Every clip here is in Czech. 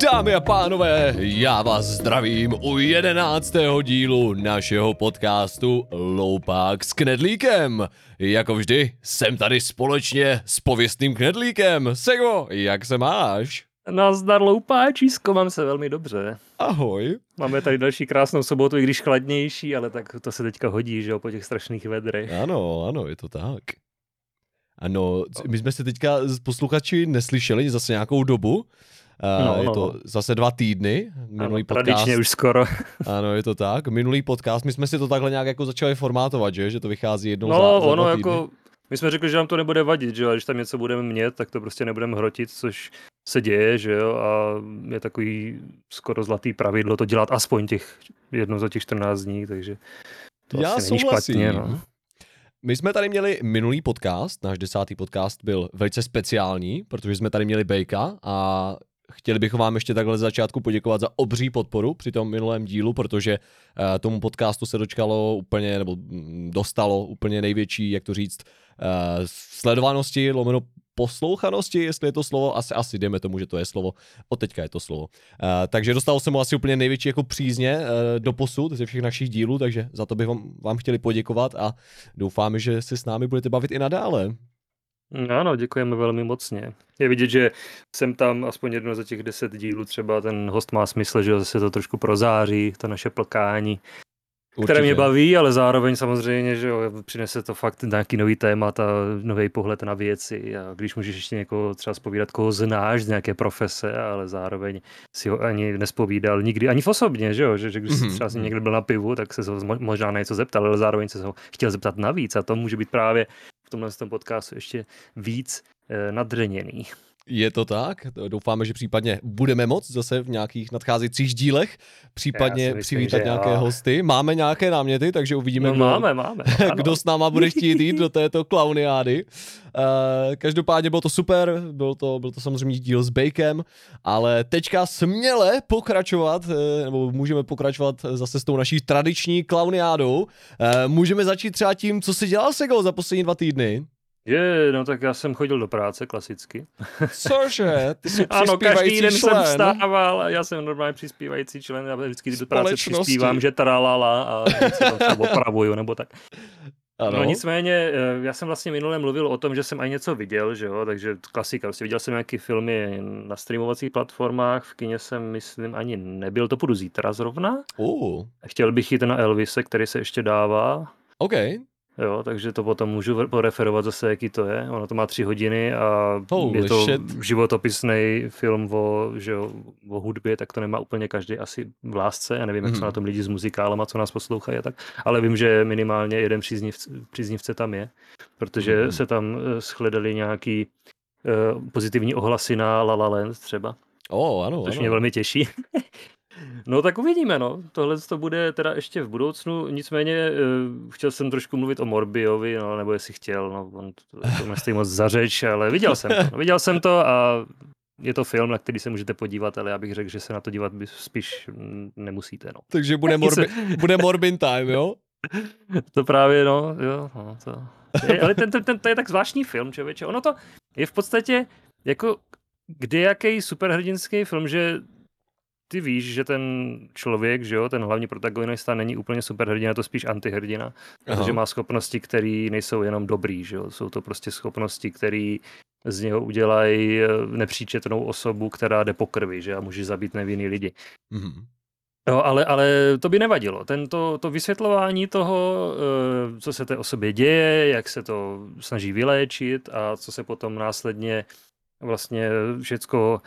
Dámy a pánové, já vás zdravím u 11. dílu našeho podcastu Loupák s Knedlíkem. Jako vždy, jsem tady společně s pověstným Knedlíkem. Sego, jak se máš? Nazdar loupáčísko, mám se velmi dobře. Ahoj. Máme tady další krásnou sobotu, i když chladnější, ale tak to se teďka hodí, že jo, po těch strašných vedrech. Ano, je to tak. Ano, my jsme se teďka s posluchači neslyšeli zase nějakou dobu. Je to zase 2 týdny, minulý podcast. Tradičně už skoro. Ano, je to tak. Minulý podcast, my jsme si to takhle nějak jako začali formátovat, že to vychází jednou za 2 týdny. Jako, my jsme řekli, že nám to nebude vadit, že jo, a když tam něco budeme mít, tak to prostě nebudeme hrotit, což se děje, že jo, a je takový skoro zlatý pravidlo to dělat aspoň jednou za těch 14 dní, takže to já asi není špatně, no. My jsme tady měli minulý podcast, náš 10. podcast byl velice speciální, protože jsme tady měli Bejka a chtěli bychom vám ještě takhle z začátku poděkovat za obří podporu při tom minulém dílu, protože tomu podcastu se dočkalo úplně, nebo dostalo úplně největší, jak to říct, sledovanosti, lomeno poslouchanosti, jestli je to slovo, asi jdeme tomu, že to je slovo, od teďka je to slovo. Takže dostalo se mu asi úplně největší jako přízně doposud ze všech našich dílů, takže za to bychom vám chtěli poděkovat a doufáme, že se s námi budete bavit i nadále. Ano, děkujeme velmi mocně. Je vidět, že jsem tam aspoň jedno za těch 10 dílů, třeba ten host má smysl, že se to trošku prozáří, to naše plkání, které mě baví, ale zároveň samozřejmě, že jo, přinese to fakt nějaký nový témat a nový pohled na věci a když můžeš ještě někoho třeba zpovídat, koho znáš z nějaké profese, ale zároveň si ho ani nespovídal nikdy, ani v osobně, že jo, že když třeba si někdy byl na pivu, tak se ho možná na něco zeptal, ale zároveň se ho chtěl zeptat navíc a to může být právě v tomhle podcastu ještě víc nadřeněný. Je to tak? Doufáme, že případně budeme moct zase v nějakých nadcházejících dílech případně přivítat nějaké hosty. Máme nějaké náměty, takže uvidíme, kdo s náma bude chtít jít do této klauniády. Každopádně bylo to super, byl to samozřejmě díl s Bejkem, ale teďka směle pokračovat, nebo můžeme pokračovat zase s tou naší tradiční klauniádou. Můžeme začít třeba tím, co si dělal Sego za poslední 2 týdny. No tak já jsem chodil do práce klasicky. Cože? Ty jsi ano, každý den člen. jsem vstával a já jsem normálně přispívající člen, já vždycky do práce přispívám, že tralala a něco tam opravuju nebo tak. Ano. No nicméně, já jsem vlastně minule mluvil o tom, že jsem aj něco viděl, že jo, takže klasika, vlastně viděl jsem nějaké filmy na streamovacích platformách, v kině jsem, myslím, ani nebyl, to půjdu zítra zrovna. Chtěl bych jít na Elvise, který se ještě dává. OK. Jo, takže to potom můžu poreferovat zase, jaký to je. Ono to má 3 hodiny a je to životopisný film o hudbě, tak to nemá úplně každý asi v lásce. Já nevím, jak jsou na tom lidi s muzikálama, co nás poslouchají a tak. Ale vím, že minimálně jeden příznivce tam je, protože se tam shledali nějaký pozitivní ohlasy na La La Land třeba. Ano. Což mě velmi těší. No tak uvidíme, no. Tohle to bude teda ještě v budoucnu, nicméně chtěl jsem trošku mluvit o Morbiovi, no, nebo jestli chtěl, no, on to nestojí moc za řeč, ale viděl jsem to a je to film, na který se můžete podívat, ale já bych řekl, že se na to dívat spíš nemusíte, no. Takže bude Morbin time, jo? To právě, no, to je, ale to je tak zvláštní film, člověče. Ono to je v podstatě jako kdejaký superhrdinský film, že ty víš, že ten člověk, že jo, ten hlavní protagonista není úplně superhrdina, to spíš antihrdina, protože má schopnosti, které nejsou jenom dobrý, že jo, jsou to prostě schopnosti, které z něho udělají nepříčetnou osobu, která jde po krvi, že a může zabít nevinný lidi. No, ale to by nevadilo. To vysvětlování toho, co se té osobě děje, jak se to snaží vyléčit a co se potom následně vlastně všecko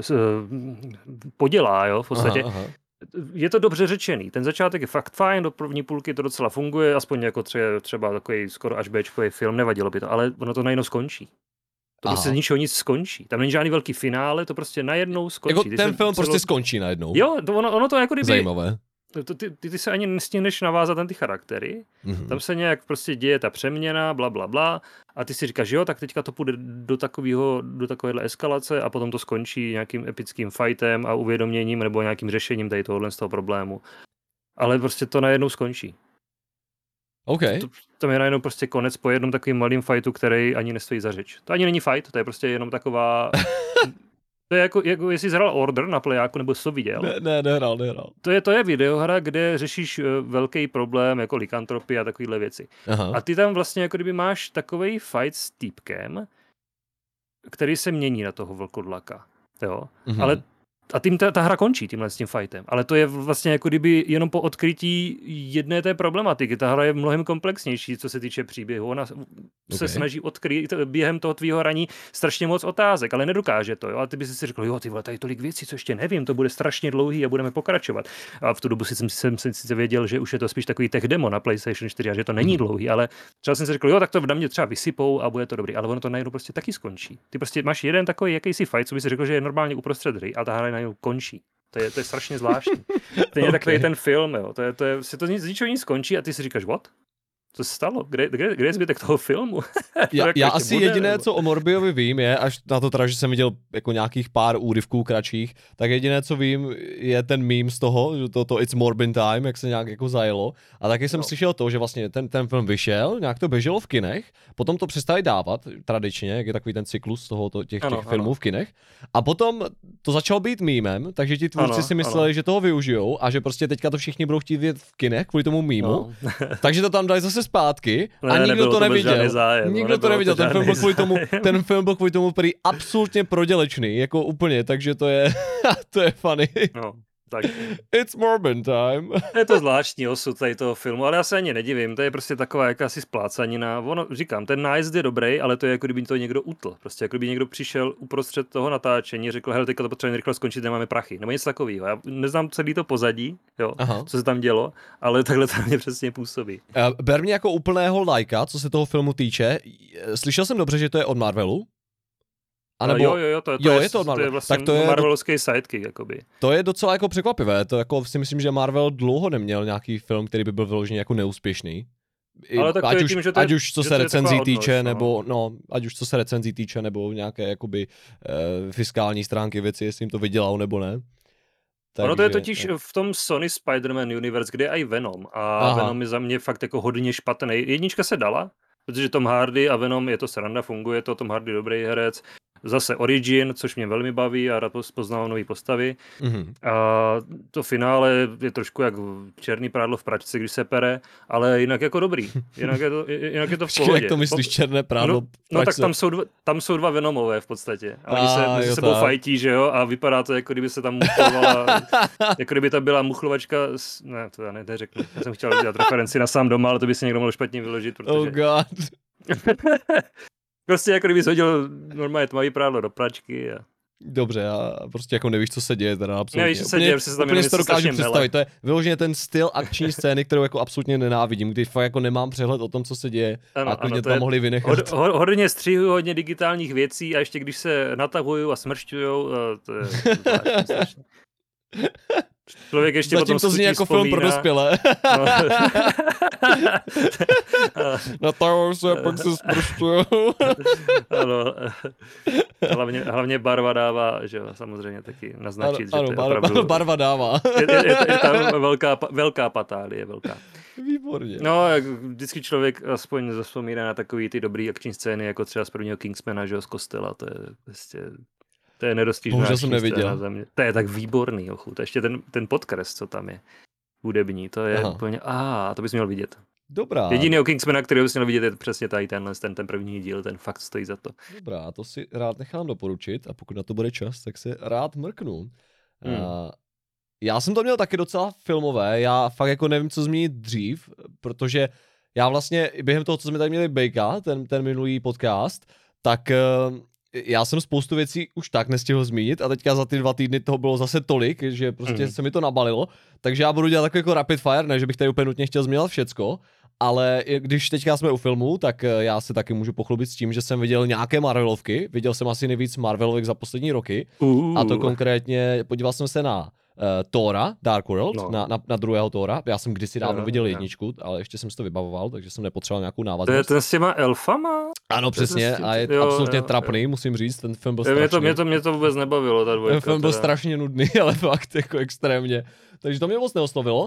podělá, jo, v podstatě. Je to dobře řečený. Ten začátek je fakt fajn, do první půlky to docela funguje, aspoň jako třeba takový skoro až Bčkový film, nevadilo by to, ale ono to najednou skončí. To prostě z ničeho nic skončí. Tam není žádný velký finále, to prostě najednou skončí. Jako ten film prostě skončí najednou. Jo, ono to jako kdyby... Zajímavé. Ty se ani nestihneš navázat na ty charaktery. Tam se nějak prostě děje ta přeměna, bla, a ty si říkáš, jo, tak teďka to půjde do takovéhle eskalace a potom to skončí nějakým epickým fightem a uvědoměním nebo nějakým řešením tady tohohle z toho problému. Ale prostě to najednou skončí. Okay. To je najednou prostě konec po jednom takovým malým fightu, který ani nestojí za řeč. To ani není fight, to je prostě jenom taková To je jako jestli hrál Order na Playaku, nebo jsi to viděl. Ne, nehrál. To je videohra, kde řešíš velký problém, jako likantropy a takovéhle věci. Aha. A ty tam vlastně jako kdyby máš takovej fight s týpkem, který se mění na toho vlkodlaka. Jo? Ale a tím ta hra končí tímhle s tím fightem. Ale to je vlastně jako kdyby jenom po odkrytí jedné té problematiky. Ta hra je mnohem komplexnější, co se týče příběhu. Ona se snaží odkryt během toho tvýho hraní strašně moc otázek, ale nedokáže to. Jo? A ty bys si řekl, jo, ty vole, tady tolik věcí, co ještě nevím, to bude strašně dlouhý a budeme pokračovat. A v tu dobu jsem sice věděl, že už je to spíš takový tech demo na PlayStation 4 a že to není dlouhý, ale třeba jsem si řekl, jo, tak to na mě třeba vysypou a bude to dobrý. Ale ono to najednou prostě taky skončí. Ty prostě máš jeden takový jakýsi fight, co by si řekl, že je normálně uprostřed hry, a ta hra najednou končí. To je strašně zvláštní. To je takový ten film, jo. To z ničeho nic skončí a ty si říkáš, what? Co se stalo? Kde je zbytek toho filmu? já asi jediné, co o Morbiovi vím, je, až na to teda, že jsem viděl jako nějakých pár úryvků kratších, tak jediné, co vím, je ten meme z toho, že to It's Morbin Time, jak se nějak jako zajelo. A taky jsem slyšel to, že vlastně ten film vyšel, nějak to běželo v kinech, potom to přestali dávat tradičně, jak je takový ten cyklus těch filmů v kinech. A potom to začalo být memem, takže ti tvůrci si mysleli, že toho využijou a že prostě teďka to všichni budou chtít vidět v kinech kvůli tomu memu. Takže to tam dali zase zpátky a nikdo to neviděl. Nikdo to neviděl, ten film byl kvůli tomu prý absolutně prodělečný, jako úplně, takže to je funny. No, tak. It's Morbin Time. Je to zvláštní osud tady toho filmu, ale já se ani nedivím, to je prostě taková jakási splácanina. Ono, říkám, ten nájezd je dobrý, ale to je jako kdyby to někdo utl. Prostě jako kdyby někdo přišel uprostřed toho natáčení, řekl, hele, teďka to potřebujeme rychle skončit, nemáme prachy, nebo něco takového. Já neznám celý to pozadí, jo, co se tam dělo, ale takhle to mě přesně působí. Ber mě jako úplného lajka, co se toho filmu týče. Slyšel jsem dobře, že to je od Marvelu? A nebo, jo, to je vlastně Marvelovský sidekick, jakoby. To je docela jako překvapivé, to jako si myslím, že Marvel dlouho neměl nějaký film, který by byl vyložený jako neúspěšný. Ale tak ať už co se recenzí týče, nebo ať už co se recenzí týče, nebo nějaké jakoby fiskální stránky věci, jestli jim to vydělalo nebo ne. Ono to je totiž v tom Sony Spider-Man Universe, kde je i Venom. A Venom je za mě fakt jako hodně špatný. Jednička se dala, protože Tom Hardy a Venom je to sranda, funguje to, Tom Hardy dobrý herec. Zase Origin, což mě velmi baví a rád poznávám nový postavy. A to finále je trošku jak černý prádlo v pračce, když se pere, ale jinak jako dobrý. Jinak je to v pohodě. Jak to myslíš, černé prádlo? No tak tam jsou dva Venomové v podstatě. A oni se mezi sebou fajtí, že jo? A vypadá to, jako kdyby se tam muchlovala, jako kdyby to byla muchlovačka. Ne, to já neřeknu. Já jsem chtěl udělat referenci na Sám doma, ale to by si někdo mohl špatně vyložit, protože... Oh god. Prostě jako kdyby hodil normálně tmavý prádlo do pračky a... Dobře, a prostě jako nevíš, co se děje, teda absolutně. Nevíš, co se děje, se tam úplně si to dokážu představit, to je vyloženě ten styl akční scény, kterou jako absolutně nenávidím, kdy fakt jako nemám přehled o tom, co se děje, a klidně to mohli vynechat. Hodně střihuju, hodně digitálních věcí a ještě když se natahují a smršťujou, to je strašně. Člověk ještě zatím to zní jako vzpomíná. Film pro dospělé. No. Natahujou se a pak se smršťujou. Ano. Hlavně barva dává, že jo, samozřejmě taky naznačit, ano, že to je opravdu... barva dává. je tam velká patálie, velká. Výborně. No, jak vždycky člověk aspoň zavzpomíná na takový ty dobrý akční scény, jako třeba z prvního Kingsmana, že jo, z kostela, to je prostě... To je nedostižná. Bohužel jsem neviděl. To je tak výborný, ochu. To je ještě ten podkres, co tam je. Hudební, to je úplně... to bys měl vidět. Dobrá. Jediný Kingsmana, který bys měl vidět, je přesně tady ten první díl, ten fakt stojí za to. Dobrá, to si rád nechám doporučit a pokud na to bude čas, tak si rád mrknu. Já jsem to měl taky docela filmové, já fakt jako nevím, co změnit dřív, protože já vlastně během toho, co jsme tady měli Bejka, ten minulý podcast, tak... Já jsem spoustu věcí už tak nestihl zmínit a teďka za ty 2 týdny toho bylo zase tolik, že prostě se mi to nabalilo, takže já budu dělat takový jako rapid fire, ne, že bych tady úplně nutně chtěl změnit všecko, ale když teďka jsme u filmu, tak já se taky můžu pochlubit s tím, že jsem viděl nějaké Marvelovky, viděl jsem asi nejvíc Marvelovek za poslední roky a to konkrétně, podíval jsem se na Thora, Dark World, na druhého Thora. Já jsem kdysi dávno viděl jedničku, ale ještě jsem si to vybavoval, takže jsem nepotřeboval nějakou návaznost. To je ten s těma elfama? Ano, přesně, a je absolutně trapný, musím říct, ten film byl strašný. Mě to vůbec nebavilo, ta dvojka. Ten film byl strašně nudný, ale fakt jako extrémně. Takže to mě moc neoslovilo.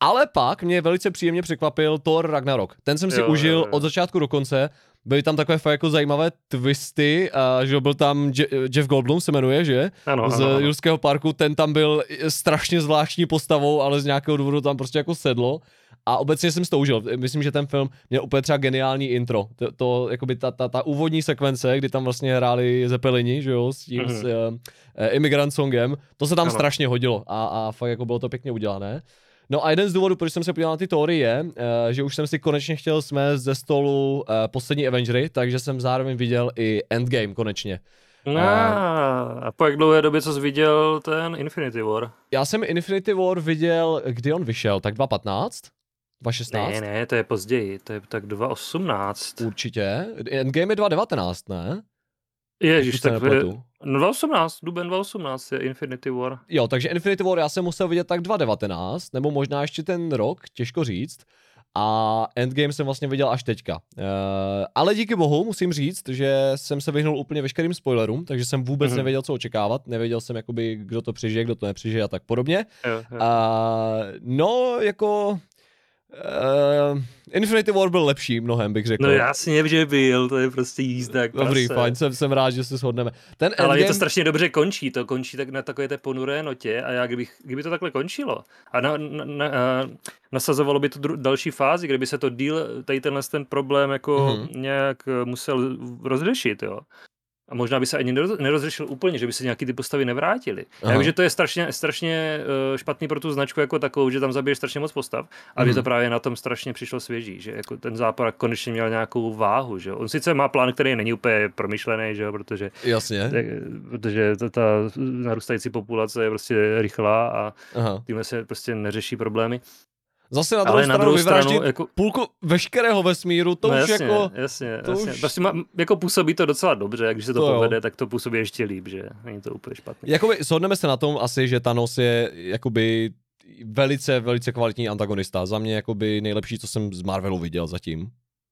Ale pak mě velice příjemně překvapil Thor Ragnarok. Ten jsem si užil od začátku do konce. Byly tam takové fakt jako zajímavé twisty, že byl tam Jeff Goldblum se jmenuje, že? Ano, z Jurského parku, ten tam byl strašně zvláštní postavou, ale z nějakého důvodu tam prostě jako sedlo. A obecně jsem si to užil. Myslím, že ten film měl úplně třeba geniální intro. To jakoby ta úvodní sekvence, kdy tam vlastně hráli Zeppelini, že jo, s tím s Immigrant Songem, to se tam strašně hodilo a fakt jako bylo to pěkně udělané. No a jeden z důvodů, proč jsem se podíval na ty teorie, je, že už jsem si konečně chtěl smést ze stolu poslední Avengery, takže jsem zároveň viděl i Endgame konečně. A po jak dlouhé době, co jsi viděl ten Infinity War? Já jsem Infinity War viděl, kdy on vyšel, tak 2015? 2016? Ne, to je později, to je tak 2018. Určitě. Endgame je 2019, ne? Ježiš, tak 2018, duben 2018 je Infinity War. Jo, takže Infinity War já jsem musel vidět tak 2019, nebo možná ještě ten rok, těžko říct. A Endgame jsem vlastně viděl až teďka. Ale díky bohu musím říct, že jsem se vyhnul úplně veškerým spoilerům, takže jsem vůbec nevěděl, co očekávat. Nevěděl jsem, jakoby, kdo to přežije, kdo to nepřežije a tak podobně. Jo. No, jako... Infinity War byl lepší mnohem, bych řekl. No jasně, že byl, to je prostě jízda. Dobrý, fajn, jsem rád, že se shodneme. Ale je to strašně dobře končí, to končí tak na takové té ponuré notě a já kdyby to takhle končilo a nasazovalo by to další fázi, kdyby se to tady ten problém jako nějak musel rozřešit, jo. A možná by se ani nerozřešil úplně, že by se nějaký ty postavy nevrátily. Já vím, že to je strašně špatný pro tu značku jako takovou, že tam zabiješ strašně moc postav, ale že to právě na tom strašně přišlo svěží, že jako ten zápor konečně měl nějakou váhu, že on sice má plán, který není úplně promyšlený, že jo, protože ta narůstající populace je prostě rychlá a tímhle se prostě neřeší problémy. Zase na druhou stranu jako... půlku veškerého vesmíru, to už jasně, jako... Jasně. Prostě jako působí to docela dobře, a když se to povede, tak to působí ještě líp, že není to úplně špatné. Jakoby shodneme se na tom asi, že Thanos je jakoby velice, velice kvalitní antagonista. Za mě jakoby nejlepší, co jsem z Marvelu viděl zatím.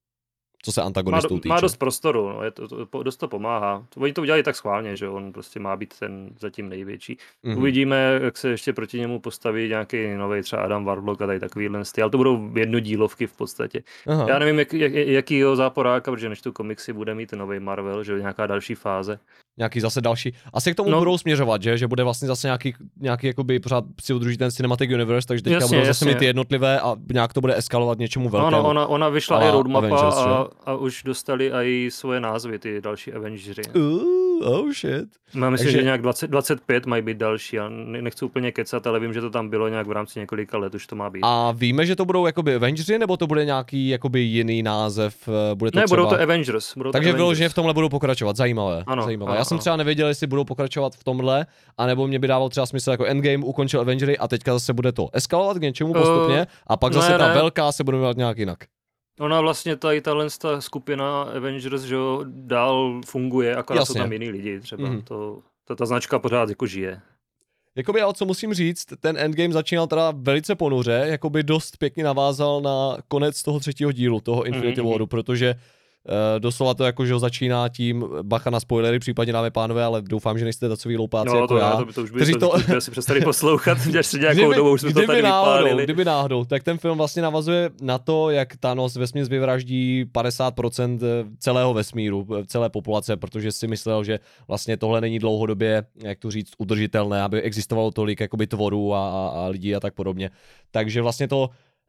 Co se antagonistů týče. Má dost prostoru, no, dost to pomáhá. Oni to udělali tak schválně, že on prostě má být ten zatím největší. Uvidíme, jak se ještě proti němu postaví nějaký nový třeba Adam Warlock a tady takovýhle styl, ale to budou jednodílovky v podstatě. Já nevím, jakýho záporáka, protože než tu komiksy bude mít nový Marvel, že nějaká další fáze. Nějaký zase další. Asi k tomu budou směřovat, že bude vlastně zase nějaký jakoby pořád si udrží ten Cinematic Universe, takže teďka budou zase mít ty jednotlivé a nějak to bude eskalovat něčemu velkému. Ona vyšla i roadmapa a už dostali i svoje názvy, ty další Avengeři. Oh shit. Myslím, že nějak 25 mají být další, já nechci úplně kecat, ale vím, že to tam bylo nějak v rámci několika let, už to má být. A víme, že to budou jakoby Avengeři, nebo to bude nějaký jakoby jiný název? Budou to Avengers. Takže vyloženě v tomhle budou pokračovat, zajímavé. Ano. Já jsem třeba nevěděl, jestli budou pokračovat v tomhle, anebo mě by dával třeba smysl jako Endgame ukončil Avengery a teďka zase bude to eskalovat k něčemu postupně a pak zase ta velká se bude dělat nějak jinak. Ona vlastně ta skupina Avengers, že jo, dál funguje, akorát jsou tam jiný lidi třeba. Ta značka pořád jako žije. Jakoby, ale co musím říct, ten Endgame začínal teda velice ponuře, jakoby dost pěkně navázal na konec toho 3. dílu, toho Infinity Waru, protože doslova to jako, že ho začíná tím, bacha na spoilery, případně dáme pánové, ale doufám, že nejste takový loupáci jako já. To už by si přestali poslouchat, až nějakou dobu už jsme to tady vypálili. Kdyby náhodou, tak ten film vlastně navazuje na to, jak Thanos vesměs vyvraždí 50% celého vesmíru, celé populace, protože si myslel, že vlastně tohle není dlouhodobě, jak to říct, udržitelné, aby existovalo tolik jakoby tvorů a lidí a tak podobně. Takže vlastně to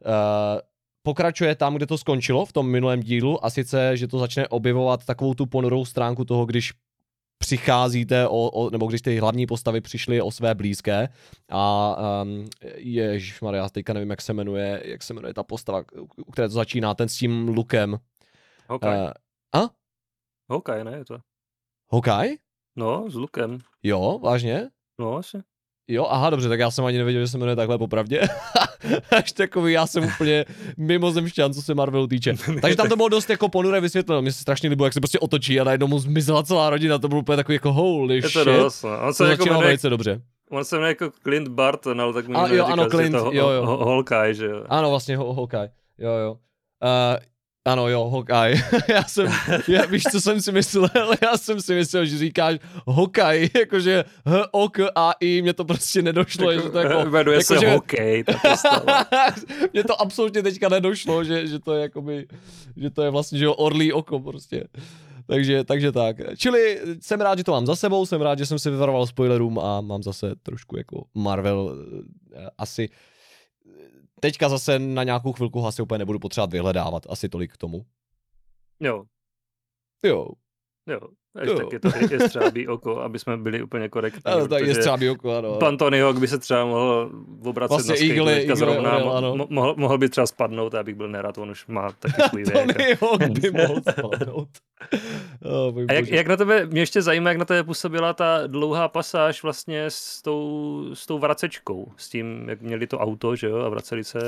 pokračuje tam, kde to skončilo v tom minulém dílu a sice, že to začne objevovat takovou tu ponorou stránku toho, když přicházíte nebo když ty hlavní postavy přišly o své blízké a ježišmarja, já teďka nevím, jak se jmenuje ta postava, u které to začíná, ten s tím lukem. Hawkeye. Hawkeye, ne, je to. Hawkeye? No, s lukem. Jo, vážně? No, asi. Jo, aha, dobře, tak já jsem ani nevěděl, že se jmenuje takhle popravdě. Až takový, já jsem úplně mimozemšťan, co se Marvelu týče. Takže tam to bylo dost jako ponuré vysvětleno. Mně se strašně líbilo, jak se prostě otočí a najednou mu zmizela celá rodina, to bylo úplně takový jako holy shit. Je to dost, no. On se jako začínal velice dobře. On se jmenuje jako Clint Barton, ale tak mi říkal, Clint, jo. Hawkeye, že jo. Ano, vlastně Hawkeye, jo. Ano, jo, Hawkeye. Víš, co jsem si myslel? Já jsem si myslel, že říkáš Hawkeye, jakože H-O-K-A-I, mně to prostě nedošlo. Že to jako, jmenuje se že... hokej, ta postava. Mně to absolutně teďka nedošlo, že to je jakoby, že to je vlastně, že jo, orlí oko prostě. Takže tak. Čili jsem rád, že to mám za sebou, jsem rád, že jsem si vyvaroval spoilerům a mám zase trošku jako Marvel asi. Teďka zase na nějakou chvilku asi úplně nebudu potřebovat vyhledávat, asi tolik k tomu. Jo. Tak je to jestřábí oko, aby jsme byli úplně korektní. Ano, tak jestřábí oko, ano. Pan Tony Hawk by se třeba mohl obracet vlastně na skate zrovna, ano. Mohl by třeba spadnout, abych byl nerad, on už má taky svůj věk. Tony Hawk by mohl spadnout. A jak na tebe, mě ještě zajímá, jak na tebe působila ta dlouhá pasáž vlastně s tou vracečkou, s tím, jak měli to auto, že jo, a vraceli se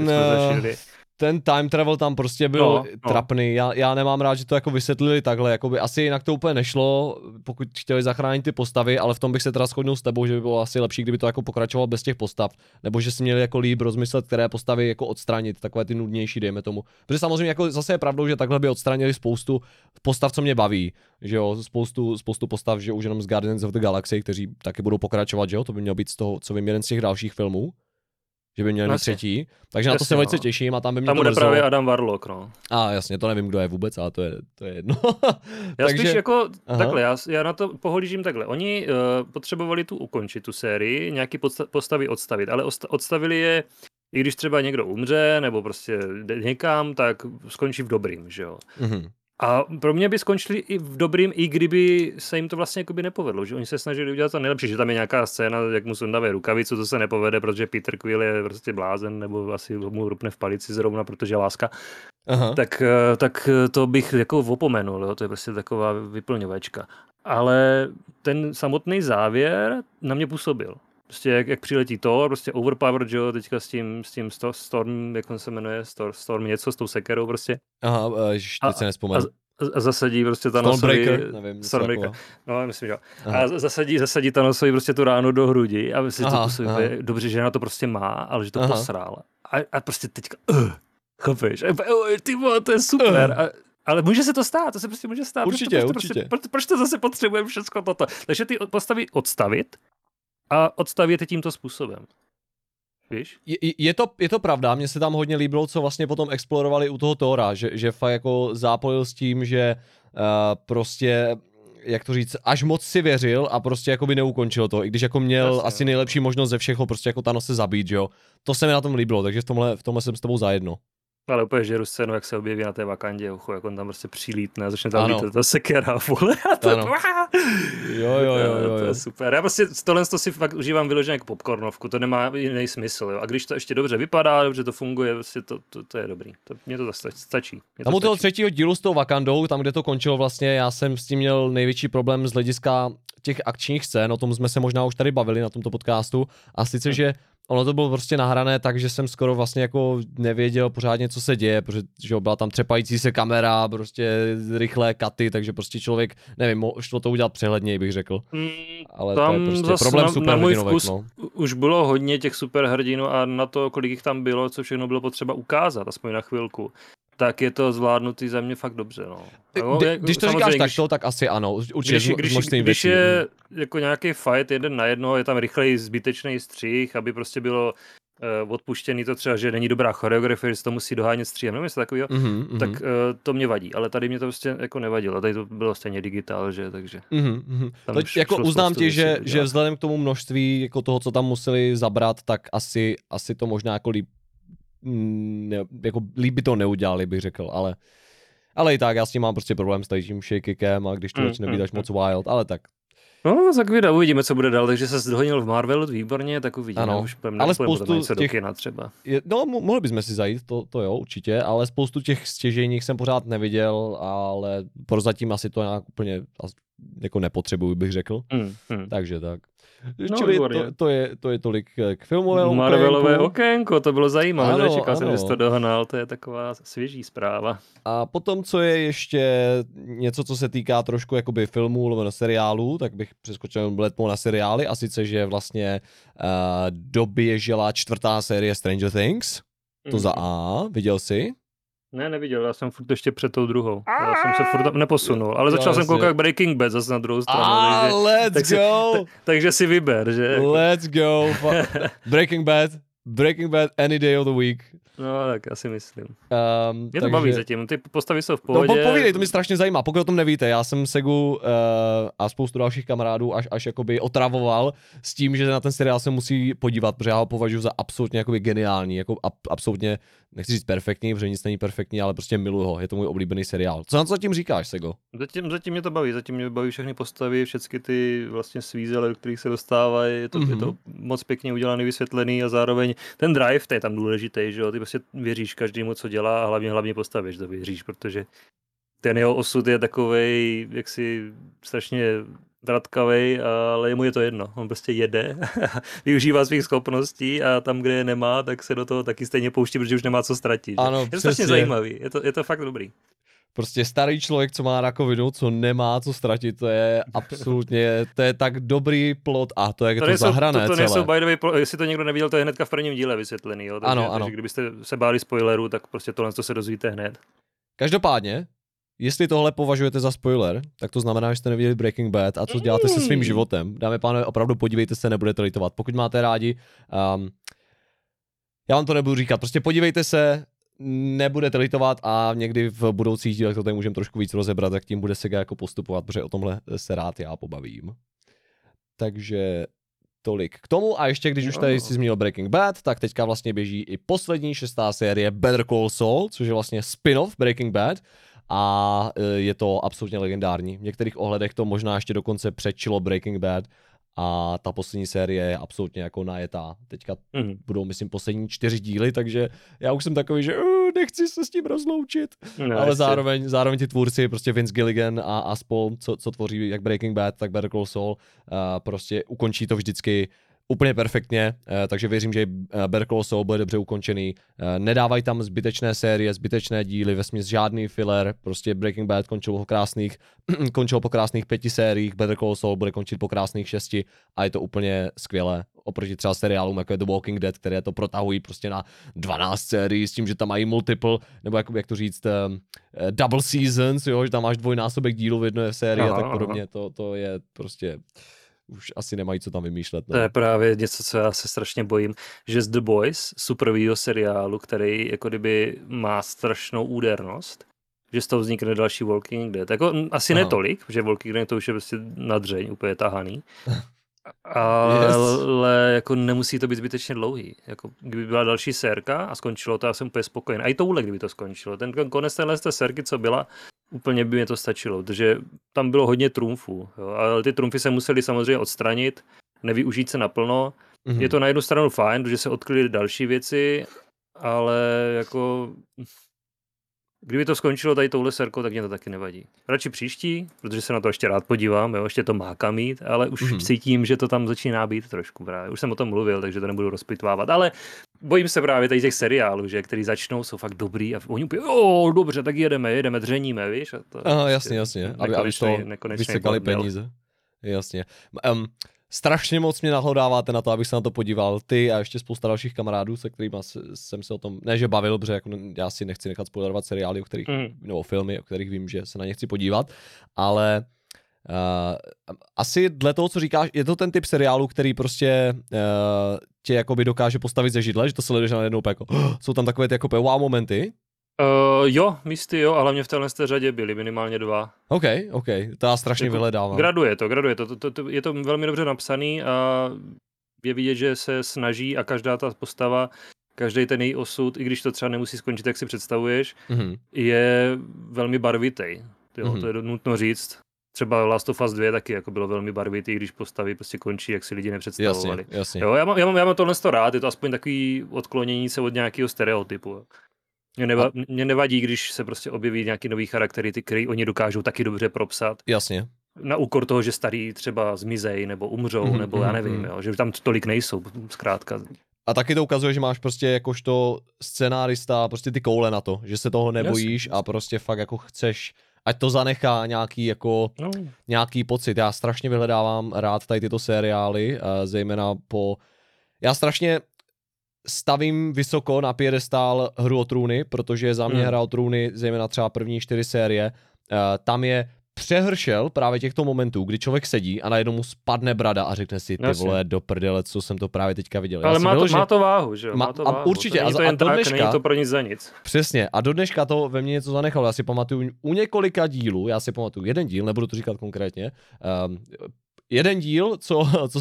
ten time travel tam prostě byl trapný. Já nemám rád, že to jako vysvětlili takhle, jakoby asi jinak to úplně nešlo, pokud chtěli zachránit ty postavy, ale v tom bych se teda shodnul s tebou, že by bylo asi lepší, kdyby to jako pokračovalo bez těch postav, nebo že si měli jako líp rozmyslet, které postavy jako odstranit, takové ty nudnější, dejme tomu. Protože samozřejmě jako zase je pravdou, že takhle by odstranili spoustu postav, co mě baví, že jo, spoustu postav, že už jenom z Guardians of the Galaxy, kteří taky budou pokračovat, že jo, to by mělo být z toho, co vím, jeden z těch dalších filmů. Že by měl třetí, takže na to se velice těším a tam by mě tam to bude právě Adam Warlock, no. A jasně, to nevím, kdo je vůbec, ale to je jedno. Já takže... spíš jako, takhle, já na to pohlížím takhle. Oni potřebovali ukončit tu sérii, nějaký postavy odstavit, ale odstavili je, i když třeba někdo umře, nebo prostě jde někam, tak skončí v dobrým, že jo. Mm-hmm. A pro mě by skončili i v dobrým, i kdyby se jim to vlastně jakoby nepovedlo, že oni se snažili udělat to nejlepší, že tam je nějaká scéna, jak mu sundaví rukavicu, to se nepovede, protože Peter Quill je prostě blázen, nebo asi mu rupne v palici zrovna, protože láska. Tak to bych jako opomenul, jo? To je prostě taková vyplňovačka. Ale ten samotný závěr na mě působil. Prostě jak přiletí to, prostě overpowered, že jo, teďka s tím Storm, jak on se jmenuje, Storm něco s tou sekerou prostě. Aha, teď se nespomenu. A zasadí prostě Thanosovi... Stormbreaker, no myslím, že jo. A zasadí Thanosovi prostě tu ránu do hrudi a si to působí dobře, že na to prostě má, ale že to posrál. A prostě teďka, chápeš, ty vole, to je super. Ale může se to stát, to se prostě může stát. Určitě. Proč to zase potřebujeme všechno toto? Takže ty postavy odstavit a odstavit je tímto způsobem. Víš? Je to pravda, mně se tam hodně líbilo, co vlastně potom explorovali u toho Thora, že fakt jako zápojil s tím, že prostě, jak to říct, až moc si věřil a prostě jako by neukončil to, i když jako měl asi nejlepší možnost ze všeho prostě jako Thanose zabít, že jo. To se mi na tom líbilo, takže v tomhle jsem s tebou zajedno. Ale úplně žeru scénu, jak se objeví na té Wakandě, jak on tam prostě přilítne a začne tam lítat ta sekera, vole, a to je super. Já prostě tohle si fakt užívám vyloženě jako popcornovku, to nemá jiný smysl, jo. A když to ještě dobře vypadá, dobře to funguje, prostě to je dobrý, mně to stačí. Tam u toho třetího dílu s tou Wakandou, tam kde to končilo vlastně, já jsem s tím měl největší problém z hlediska těch akčních scén, o tom jsme se možná už tady bavili na tomto podcastu, a sice, že ono to bylo prostě nahrané tak, že jsem skoro vlastně jako nevěděl pořádně, co se děje, protože byla tam třepající se kamera, prostě rychlé katy, takže prostě člověk, nevím, šlo to udělat přehledněji, bych řekl. Ale tam to je prostě problém superhrdinovek, no. Už bylo hodně těch superhrdinů a na to, kolik jich tam bylo, co všechno bylo potřeba ukázat, aspoň na chvilku. Tak je to zvládnutý za mě fakt dobře, no. Když to říkáš takto, tak asi ano, určitě když je jako nějaký fight jeden na jednoho, je tam rychlej zbytečný střih, aby prostě bylo odpuštěný to třeba, že není dobrá choreografie, že se to musí dohánět stříhem, nebo něco takového, tak to mě vadí, ale tady mě to prostě jako nevadilo, tady to bylo stejně digitál, že, takže... Jako uznám ti, že vzhledem k tomu množství jako toho, co tam museli zabrat, tak asi to možná jako líp by to neudělali, bych řekl, ale i tak, já s tím mám prostě problém s tím shakikem a když to začne být až moc wild, ale tak. No, tak uvidíme, co bude dál, takže se dohodnil v Marvelu výborně, tak uvidíme. Ano, už ale spoustu těch... do kina třeba. Mohli bychom si zajít, to jo, určitě, ale spoustu těch stěžejních jsem pořád neviděl, ale prozatím asi to nějak úplně jako nepotřebuji, bych řekl. Takže tak. No, čili to je tolik k filmovému Marvelové okénko, to bylo zajímavé, nečekal jsem, že jsi to dohnal, to je taková svěží zpráva. A potom, co je ještě něco, co se týká trošku jakoby filmů nebo seriálů, tak bych přeskočil letmo na seriály, a sice, že vlastně doběžela 4. série Stranger Things, to za A, viděl jsi? Ne, neviděl, já jsem furt ještě před tou druhou. Já jsem se furt neposunul, ale začal jsem koukat Breaking Bad zase na druhou stranu. Let's go! Takže si vyber, že? Let's go! Breaking Bad any day of the week. No, tak já si myslím. Mě to baví zatím, ty postavy jsou v No pohodě. povídej, to mě strašně zajímá, pokud o tom nevíte, já jsem Segu a spoustu dalších kamarádů až jakoby otravoval s tím, že na ten seriál se musí podívat, protože já ho považuji za absolutně jakoby geniální, jako absolutně, nechci říct perfektní, protože nic není perfektní, ale prostě miluji ho, je to můj oblíbený seriál. Co na to zatím říkáš, Sego? Zatím mě to baví, zatím mě baví všechny postavy, všechny ty vlastně svízele, do kterých se dostávají, je to moc pěkně udělaný, vysvětlený a zároveň ten drive, to je tam důležitý, že jo, ty prostě věříš každému, co dělá a hlavně postavě, že to věříš, protože ten jeho osud je takovej, jaksi strašně vratkavej, ale jemu je to jedno, on prostě jede, využívá svých schopností a tam, kde je nemá, tak se do toho taky stejně pouští, protože už nemá co ztratit. Ano, je to strašně zajímavý, je to fakt dobrý. Prostě starý člověk, co má rakovinu, co nemá co ztratit, to je absolutně, to je tak dobrý plot a to je to zahrané to nejsou by the way, jestli to někdo neviděl, to je hnedka v prvním díle vysvětlený, jo? Takže kdybyste se báli spoilerů, tak prostě tohle se dozvíte hned. Každopádně, jestli tohle považujete za spoiler, tak to znamená, že jste neviděli Breaking Bad a co děláte se svým životem. Dámy a pánové, opravdu podívejte se, nebudete litovat. Pokud máte rádi, já vám to nebudu říkat, prostě podívejte se, nebudete litovat a někdy v budoucích dílech to tady můžeme trošku víc rozebrat, jak tím bude Sega jako postupovat, protože o tomhle se rád já pobavím. Takže tolik k tomu a ještě když už tady si zmínil Breaking Bad, tak teďka vlastně běží i poslední 6. série Better Call Saul, což je vlastně spin-off Breaking Bad a je to absolutně legendární. V některých ohledech to možná ještě dokonce předčilo Breaking Bad a ta poslední série je absolutně jako najetá. Teďka budou, myslím, poslední 4 díly, takže já už jsem takový, že nechci se s tím rozloučit. No, ale zároveň ti tvůrci, prostě Vince Gilligan a spol, co tvoří jak Breaking Bad, tak Better Call Saul, prostě ukončí to vždycky úplně perfektně, takže věřím, že Better Call Saul bude dobře ukončený. Nedávají tam zbytečné série, zbytečné díly, vesměs žádný filler, prostě Breaking Bad končilo po krásných 5 sériích, Better Call Saul bude končit po krásných 6 a je to úplně skvělé. Oproti třeba seriálům, jako je The Walking Dead, které to protahují prostě na 12 sérií s tím, že tam mají multiple, nebo jak to říct, double seasons, jo, že tam máš dvojnásobek dílů v jedné sérii a tak podobně. To je prostě... Už asi nemají co tam vymýšlet. No. To je právě něco, co já se strašně bojím, že z The Boys, superovýho seriálu, který jako kdyby má strašnou údernost, že z toho vznikne další Walking Dead. Jako asi netolik, že Walking Dead to už je prostě nadřeň, úplně tahaný. Ale jako nemusí to být zbytečně dlouhý. Jako, kdyby byla další sérka a skončilo to, já jsem úplně spokojený. A i tohle, kdyby to skončilo. Ten konec té sérky, co byla, úplně by mě to stačilo, protože tam bylo hodně trumfů. Jo? Ale ty trumfy se museli samozřejmě odstranit, nevyužít se naplno. Je to na jednu stranu fajn, protože se odkryly další věci, ale jako... Kdyby to skončilo tady touhle serkou, tak mě to taky nevadí. Radši příští, protože se na to ještě rád podívám, jo, ještě to má kam jít, ale už cítím, že to tam začíná být trošku právě. Už jsem o tom mluvil, takže to nebudu rozpitvávat, ale bojím se právě tady těch seriálů, že, který začnou, jsou fakt dobrý a oni úplně, dobře, tak jedeme, dřeníme, víš? A to jasně. Aby to vysekali peníze. Jasně. Strašně moc mě nahodáváte na to, abych se na to podíval. Ty a ještě spousta dalších kamarádů, se kterými jsem se o tom, ne že bavil, protože jako já si nechci nechat spoilerovat seriály, o kterých, nebo filmy, o kterých vím, že se na ně chci podívat, ale asi dle toho, co říkáš, je to ten typ seriálu, který prostě tě jakoby dokáže postavit ze židle, že to sleduješ na jednou jako, jsou tam takové ty jako wow momenty. Jo, místy jo, a hlavně v téhle řadě byly minimálně 2. OK, to já strašně vyhledávám. Graduje to, je to velmi dobře napsaný a je vidět, že se snaží a každá ta postava, každý ten její osud, i když to třeba nemusí skončit, jak si představuješ, je velmi barvitý. To je nutno říct. Třeba Last of Us 2 taky jako bylo velmi barvitý, když postavy prostě končí, jak si lidi nepředstavovali. Jasně. Jo, já mám tohle rád, je to aspoň takový odklonění se od nějakého stereotypu. Mě nevadí, když se prostě objeví nějaký nový charaktery, který oni dokážou taky dobře propsat. Jasně. Na úkor toho, že starý třeba zmizej nebo umřou, nebo já nevím, jo, že tam tolik nejsou, zkrátka. A taky to ukazuje, že máš prostě jakožto scenárista prostě ty koule na to, že se toho nebojíš a prostě fakt jako chceš, ať to zanechá nějaký pocit. Já strašně vyhledávám rád tady tyto seriály, zejména já strašně stavím vysoko na piedestál Hru o trůny, protože za mě Hra o trůny, zejména třeba první 4 série, tam je přehršel právě těchto momentů, kdy člověk sedí a najednou mu spadne brada a řekne si, ty vole, do prdele, co jsem to právě teďka viděl. Ale má to váhu, že jo? Má to váhu. A určitě. To není to jen tak, není to pro nic za nic. Přesně. A do dneška to ve mně něco zanechalo. Já si pamatuju u několika dílů, já si pamatuju jeden díl, nebudu to říkat konkrétně, jeden díl, co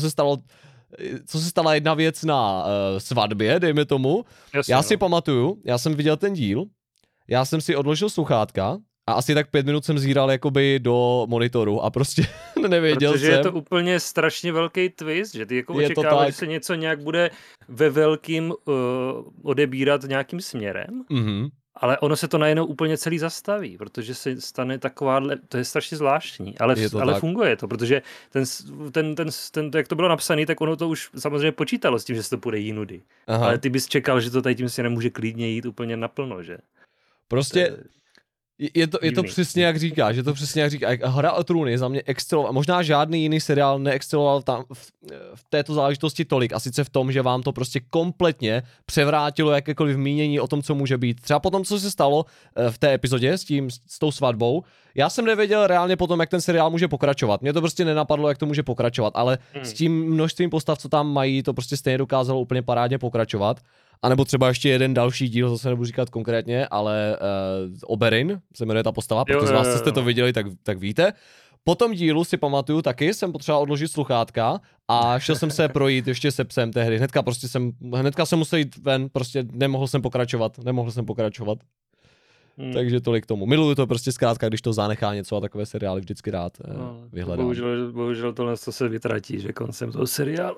se stala jedna věc na svatbě, dejme tomu. Jasně, já si pamatuju, já jsem viděl ten díl, já jsem si odložil sluchátka a asi tak 5 minut jsem zíral jakoby do monitoru a prostě nevěděl Protože jsem. je to úplně strašně velký twist, že ty jako očekáváš, že se něco nějak bude ve velkým odebírat nějakým směrem, ale ono se to najednou úplně celý zastaví, protože se stane takováhle, to je strašně zvláštní, ale funguje to, protože ten, jak to bylo napsané, tak ono to už samozřejmě počítalo s tím, že se to půjde jinudy. Aha. Ale ty bys čekal, že to tady tím si nemůže klidně jít úplně naplno, že? Prostě je to přesně jak říkáš, Hra o trůny za mě exceloval, možná žádný jiný seriál neexceloval tam v této záležitosti tolik, a sice v tom, že vám to prostě kompletně převrátilo jakékoliv mínění o tom, co může být. Třeba po tom, co se stalo v té epizodě s tou svatbou, já jsem nevěděl reálně potom, jak ten seriál může pokračovat. Mě to prostě nenapadlo, jak to může pokračovat, ale s tím množstvím postav, co tam mají, to prostě stejně dokázalo úplně parádně pokračovat. A nebo třeba ještě jeden další díl, zase nebudu říkat konkrétně, ale Oberyn se jmenuje ta postava, protože z vás, co jste to viděli, tak víte. Po tom dílu si pamatuju taky, jsem potřeboval odložit sluchátka a šel jsem se projít ještě se psem tehdy. Hnedka jsem musel jít ven, prostě nemohl jsem pokračovat. Takže tolik k tomu. Miluju to prostě zkrátka, když to zanechá něco a takové seriály vždycky rád vyhledám. Bohužel tohle se vytratí, že koncem toho seriálu.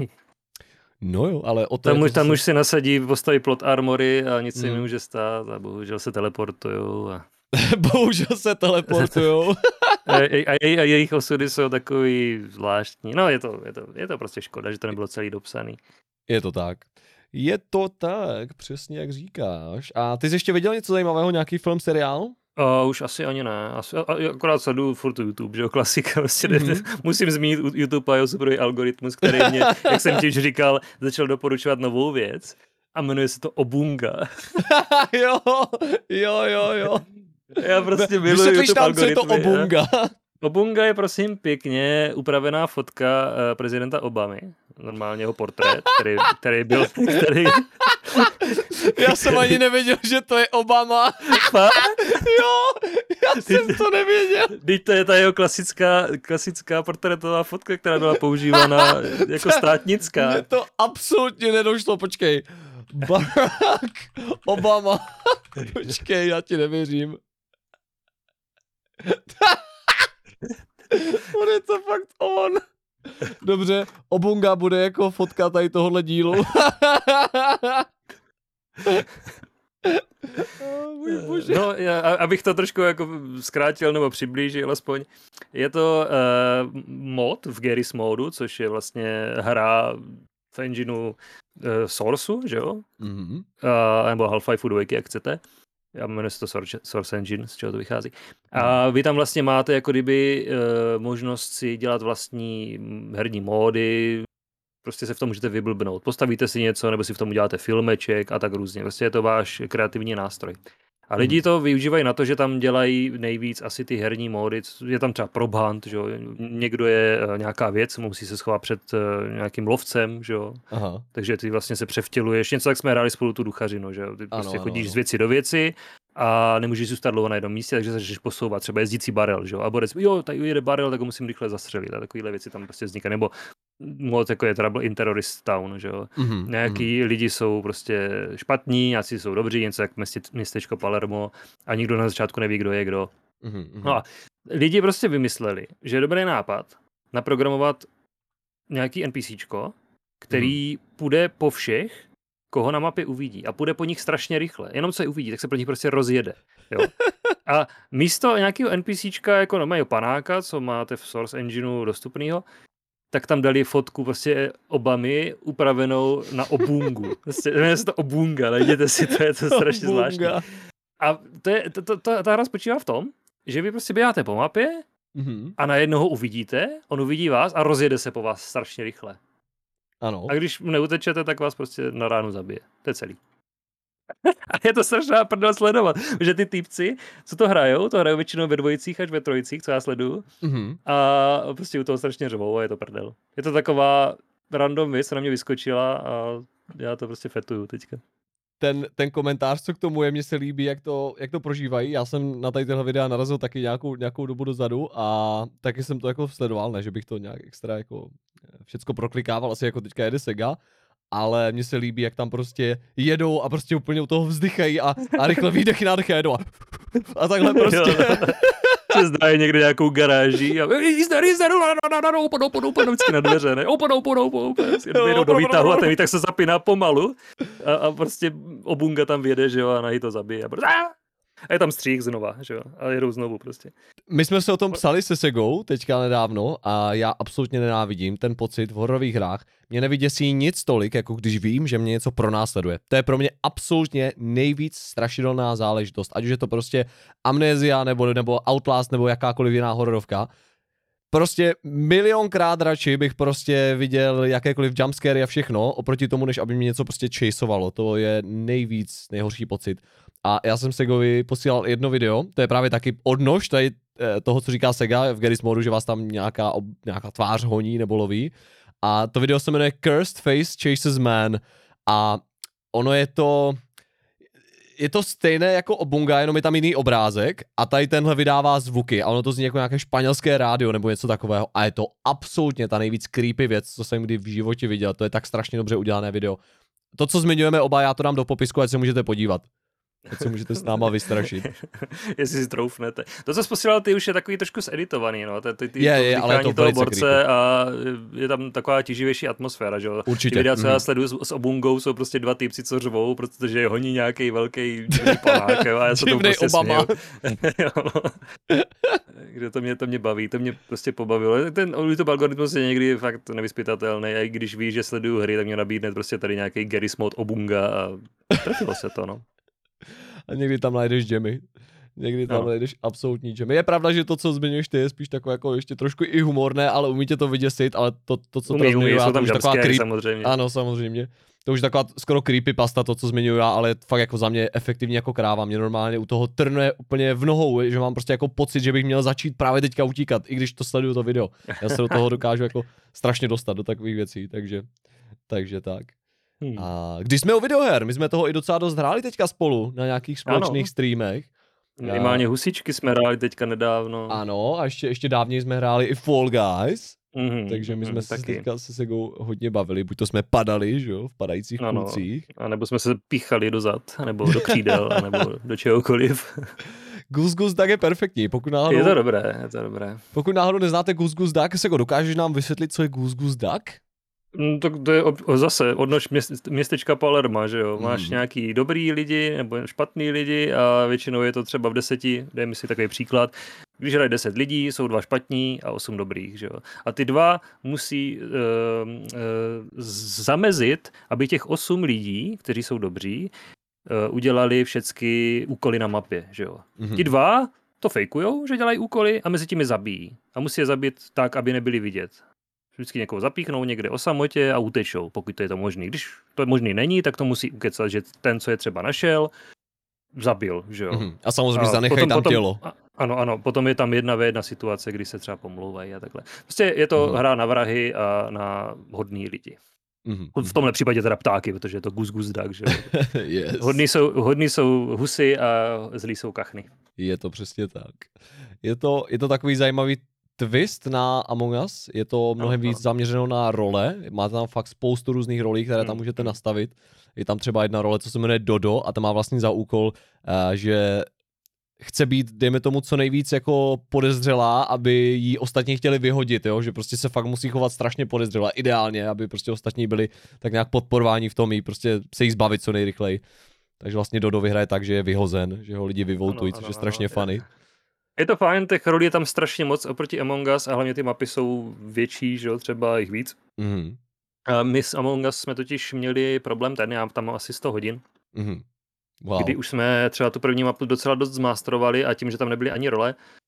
No jo, ale o to tam už si nasadí, postaví plot armory a nic se nemůže stát a bohužel se teleportujou. Bohužel se teleportujou. a jejich osudy jsou takový zvláštní. No je to prostě škoda, že to nebylo celý dopsaný. Je to tak, přesně jak říkáš. A ty jsi ještě viděl něco zajímavého, nějaký film, seriál? Už asi ani ne. Akorát sleduju furt YouTube, že jo, klasika. Prostě musím zmínit YouTube a jeho superový algoritmus, který mě, jak jsem ti už říkal, začal doporučovat novou věc a jmenuje se to Obunga. jo. Já prostě miluji YouTube algoritmy. Co je to Obunga? Obunga je prosím pěkně upravená fotka prezidenta Obamy. Normálně jeho portrét, který byl... Já jsem ani nevěděl, že to je Obama. Jo, já jsem to nevěděl. Teď to je ta jeho klasická portrétová fotka, která byla používána jako státnická. Mně to absolutně nedošlo, počkej. Barack Obama. Počkej, já ti nevěřím. On je to fakt on. Dobře, Obunga bude jako fotka tady tohohle dílu. No, abych to trošku jako zkrátil nebo přiblížil aspoň. Je to mod v Garry's modu, což je vlastně hra v engineu Sourceu, že jo? Nebo Half-Life 2, jak chcete. Já jmenuji se to Source Engine, z čeho to vychází. A vy tam vlastně máte jako kdyby možnost si dělat vlastní herní módy, prostě se v tom můžete vyblbnout. Postavíte si něco, nebo si v tom uděláte filmeček a tak různě. Prostě je to váš kreativní nástroj. A lidi to využívají na to, že tam dělají nejvíc asi ty herní módy. Je tam třeba prop hunt, že jo? Někdo je nějaká věc, musí se schovat před nějakým lovcem, že jo? Aha. Takže ty vlastně se převtěluješ. Něco tak jsme hráli spolu tu duchařinu, že jo? Ty prostě chodíš z věci do věci a nemůžeš zůstat dlouho na jednom místě, takže se začneš posouvat. Třeba jezdící barel, že jo? A borec, jo, tady jede barel, tak ho musím rychle zastřelit. A takovéhle věci tam prostě vznikají. Nebo mod jako je Trouble in Terrorist Town, že jo? Nějaký lidi jsou prostě špatní, nějací jsou dobří, něco jak městečko Palermo a nikdo na začátku neví, kdo je kdo. No a lidi prostě vymysleli, že je dobrý nápad naprogramovat nějaký NPCčko, který půjde po všech, koho na mapě uvidí a půjde po nich strašně rychle. Jenom co je uvidí, tak se pro nich prostě rozjede. Jo? A místo nějakého NPCčka jako normálního panáka, co máte v Source Engineu dostupného, tak tam dali fotku prostě Obamy upravenou na Obungu. Prostě, jmenuje se to Obunga, najděte si, to je to strašně zvláštní. A ta hra spočívá v tom, že vy prostě běháte po mapě a najednou ho uvidíte, on uvidí vás a rozjede se po vás strašně rychle. Ano. A když neutečete, tak vás prostě na ránu zabije. To je celý. A je to strašná prdel sledovat, že ty týpci, co to hrajou většinou ve dvojicích až ve trojicích, co já sleduju, a prostě u toho strašně řvou a je to prdel. Je to taková random věc, co na mě vyskočila a já to prostě fetuju teďka. Ten komentář, co k tomu je, mně se líbí, jak to prožívají. Já jsem na tady tyhle videa narazil taky nějakou dobu dozadu a taky jsem to jako sledoval, ne, že bych to nějak extra jako všecko proklikával, asi jako teďka jede Sega, ale mně se líbí, jak tam prostě jedou a prostě úplně u toho vzdychají a rychle výdech, nádech a jedou a takhle prostě. Se zdají někde nějakou garáží a open, vždycky na dveře, ne? Open. Jedou do výtahu a ten výtah se zapíná pomalu a prostě Obunga tam vjede, že jo, a nají to zabije a je tam střih znova, že jo, a jedou znovu prostě. My jsme se o tom psali se Segou teďka nedávno a já absolutně nenávidím ten pocit v hororových hrách. Mě nevyděsí nic tolik, jako když vím, že mě něco pronásleduje. To je pro mě absolutně nejvíc strašidelná záležitost, ať už je to prostě Amnézia nebo Outlast nebo jakákoliv jiná hororovka. Prostě milionkrát radši bych prostě viděl jakékoliv jumpscary a všechno, oproti tomu, než aby mě něco prostě chaseovalo. To je nejhorší pocit. A já jsem Segovi posílal jedno video, to je právě taky odnož tady toho, co říká Sega v Garry's Modu, že vás tam nějaká tvář honí nebo loví. A to video se jmenuje Cursed Face Chases Man a ono je to stejné jako Obunga, jenom je tam jiný obrázek a tady tenhle vydává zvuky a ono to zní jako nějaké španělské rádio nebo něco takového a je to absolutně ta nejvíc creepy věc, co jsem kdy v životě viděl. To je tak strašně dobře udělané video. To, co zmiňujeme oba, já to dám do popisku, ať se můžete podívat. Teď se můžete s náma vystrašit. Jestli si troufnete. To, co jsi posílal, ty už je takový trošku zeditovaný, no. Ale to toho borce creepy. A je tam taková tíživější atmosféra, že jo. Určitě. Ty videa, co já sleduju s Obungou, jsou prostě dva týpci, co řvou, protože je honí nějaký velký panák, jo, a já se to prostě Obama. Kde to mě baví, to mě prostě pobavilo. Ten YouTube algoritmus je někdy fakt nevyzpytatelný, a i když víš, že sleduju hry, tak mě nabídne prostě tady nějaký Garry's Mod Obunga a trefilo se to, no. A někdy tam najdeš džemy. Někdy tam najdeš absolutní džemy. Je pravda, že to, co zmiňuješ ty, je spíš takové jako ještě trošku i humorné, ale umí tě to vyděsit, ale to co to zmiňuji já, to už taková samozřejmě. Ano, samozřejmě. To už taková skoro creepypasta, to, co zmiňuji já, ale fakt jako za mě efektivně jako kráva. Mě normálně u toho trne úplně v nohou, že mám prostě jako pocit, že bych měl začít právě teďka utíkat, i když to sleduju to video. Já se do toho dokážu jako strašně dostat do takových věcí, takže tak. A když jsme u videoher, my jsme toho i docela dost hráli teďka spolu na nějakých společných streamech. Minimálně husičky jsme hráli teďka nedávno. Ano, a ještě dávněji jsme hráli i Fall Guys. Takže my jsme se teďka se Segou hodně bavili, buď to jsme padali, že jo, v padajících kulcích. A nebo jsme se píchali do zad, nebo do křídel, nebo do čehokoliv. Goose Goose Duck je perfektní, pokud náhodou... Je to dobré. Pokud náhodou neznáte Goose Goose Duck, Sego, dokážeš nám vysvětlit, co je Goose Goose Duck? Tak to je zase odnož městečka Palerma, že jo. Máš nějaký dobrý lidi nebo špatný lidi a většinou je to třeba v 10, dejme si takový příklad. Když hraje 10 lidí, jsou 2 špatní a 8 dobrých, že jo. A ty 2 musí zamezit, aby těch 8 lidí, kteří jsou dobří, udělali všechny úkoly na mapě, že jo. Ti 2 to fejkujou, že dělají úkoly a mezi tím je zabijí. A musí je zabít tak, aby nebyli vidět. Vždycky někoho zapíchnou někde o samotě a utečou, pokud to je to možný. Když to možný není, tak to musí ukecat, že ten, co je třeba našel, zabil, že jo. A samozřejmě zanechají tam tělo. Ano, potom je tam 1v1 situace, kdy se třeba pomlouvají a takhle. Prostě je to hra na vrahy a na hodný lidi. V tomhle případě teda ptáky, protože je to Goose Goose Duck, že jo. Yes. Hodný jsou husy a zlí jsou kachny. Je to přesně tak. Je to takový zajímavý twist na Among Us, je to mnohem víc zaměřeno na role, máte tam fakt spoustu různých rolí, které tam můžete nastavit. Je tam třeba jedna role, co se jmenuje Dodo a ta má vlastně za úkol, že chce být, dejme tomu, co nejvíc jako podezřelá, aby ji ostatní chtěli vyhodit, jo? Že prostě se fakt musí chovat strašně podezřelá, ideálně, aby prostě ostatní byli tak nějak podporováni v tom jí prostě se jí zbavit co nejrychleji. Takže vlastně Dodo vyhraje tak, že je vyhozen, že ho lidi vyvoutují, což je strašně funny. Je to fajn, těch rolí je tam strašně moc oproti Among Us a hlavně ty mapy jsou větší, že jo, třeba jich víc. A my s Among Us jsme totiž měli problém ten, já tam mám asi 100 hodin. Wow. Kdy už jsme třeba tu první mapu docela dost zmástrovali a tím, že tam nebyly ani role,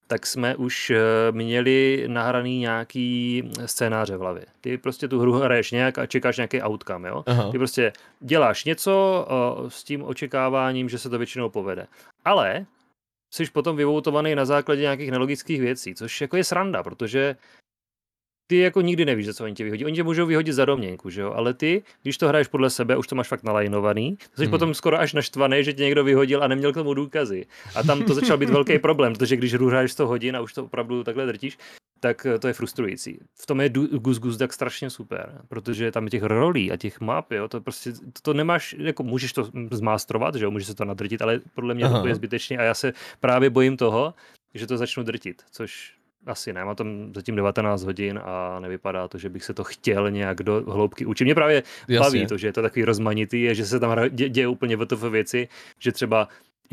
tak jsme už měli nahraný nějaký scénáře v hlavě. Ty prostě tu hru hraješ nějak a čekáš nějaký outcome, jo? Aha. Ty prostě děláš něco s tím očekáváním, že se to většinou povede. Ale jsi potom vyvoutovaný na základě nějakých nelogických věcí, což jako je sranda, protože ty jako nikdy nevíš, za co oni tě vyhodí. Oni tě můžou vyhodit za domněnku, že jo? Ale ty, když to hraješ podle sebe, už to máš fakt nalajnovaný, jsi potom skoro až naštvaný, že tě někdo vyhodil a neměl k tomu důkazy. A tam to začal být velký problém, protože když hru hraješ 100 hodin a už to opravdu takhle drtíš, tak to je frustrující. V tom je Goose Goose Duck strašně super, protože tam těch rolí a těch map, jo, to prostě to nemáš, jako můžeš to zmástrovat, že jo, můžeš se to nadrtit, ale podle mě to je zbytečný a já se právě bojím toho, že to začnu drtit, což asi ne, má tam zatím 19 hodin a nevypadá to, že bych se to chtěl nějak do hloubky učit. Mě právě baví to, že je to takový rozmanitý, je, že se tam děje úplně WTF věci, že třeba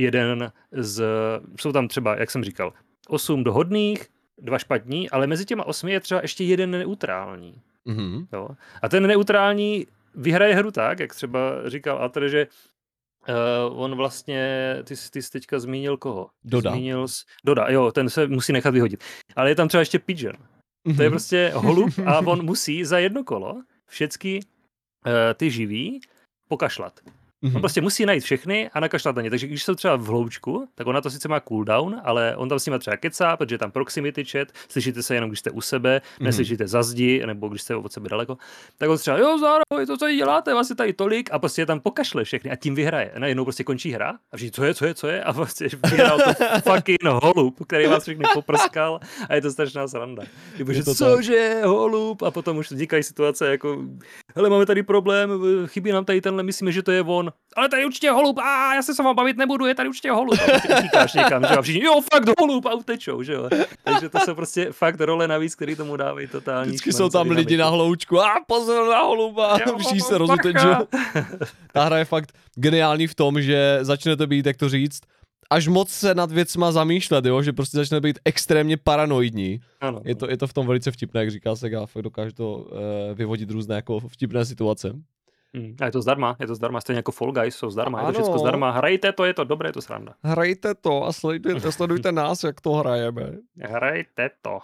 jsou tam třeba, jak jsem říkal, 8 dohodných, 2 špatní, ale mezi těma 8 je třeba ještě jeden neutrální. Mm-hmm. Jo? A ten neutrální vyhraje hru tak, jak třeba říkal Alter, že on vlastně, ty jsi teďka zmínil koho? Doda, jo, ten se musí nechat vyhodit. Ale je tam třeba ještě Pigeon. To je prostě holub a on musí za jedno kolo všecky ty živý pokašlat. On prostě musí najít všechny a nakašlat na ně. Takže když jsou třeba v hloučku, tak ona to sice má cooldown, ale on tam s nimi třeba kecá, protože je tam proximity chat, slyšíte se jenom, když jste u sebe, neslyšíte za zdi, nebo když jste od sebe daleko. Tak on třeba, jo, zároveň to, co děláte, vlastně tady tolik, a prostě je tam pokašle všechny a tím vyhraje. Najednou prostě končí hra a všichni, co je? A prostě vyhrál to fucking holub, který vás všechny poprskal a je to strašná sranda. Cože, holub? A potom už vznikají situace jako, hele, máme tady problém, chybí nám tady tenhle, myslíme, že to je on. Ale tady určitě holub, já se s vámi bavit nebudu, je tady určitě holub. A prostě utíkáš někam, že jo, a všichni, jo, fakt holub, a utečou, že jo. Takže to jsou prostě fakt role navíc, který tomu dávají totální. Vždycky jsou tam lidi na hloučku, pozor na holuba, všichni se rozuteč, že jo. Ta hra je fakt geniální v tom, že začnete být, jak to říct, až moc se nad věcma zamýšlet, jo, že prostě začne být extrémně paranoidní. Ano. Je to v tom velice vtipné, jak říká Sega, fakt dokáže to vyvodit různé jako vtipné situace. A je to zdarma, stejně jako Fall Guys jsou zdarma, je to všechno zdarma, hrajte to, je to dobré, je to sranda. Hrajte to a sledujte nás, jak to hrajeme. Hrajte to.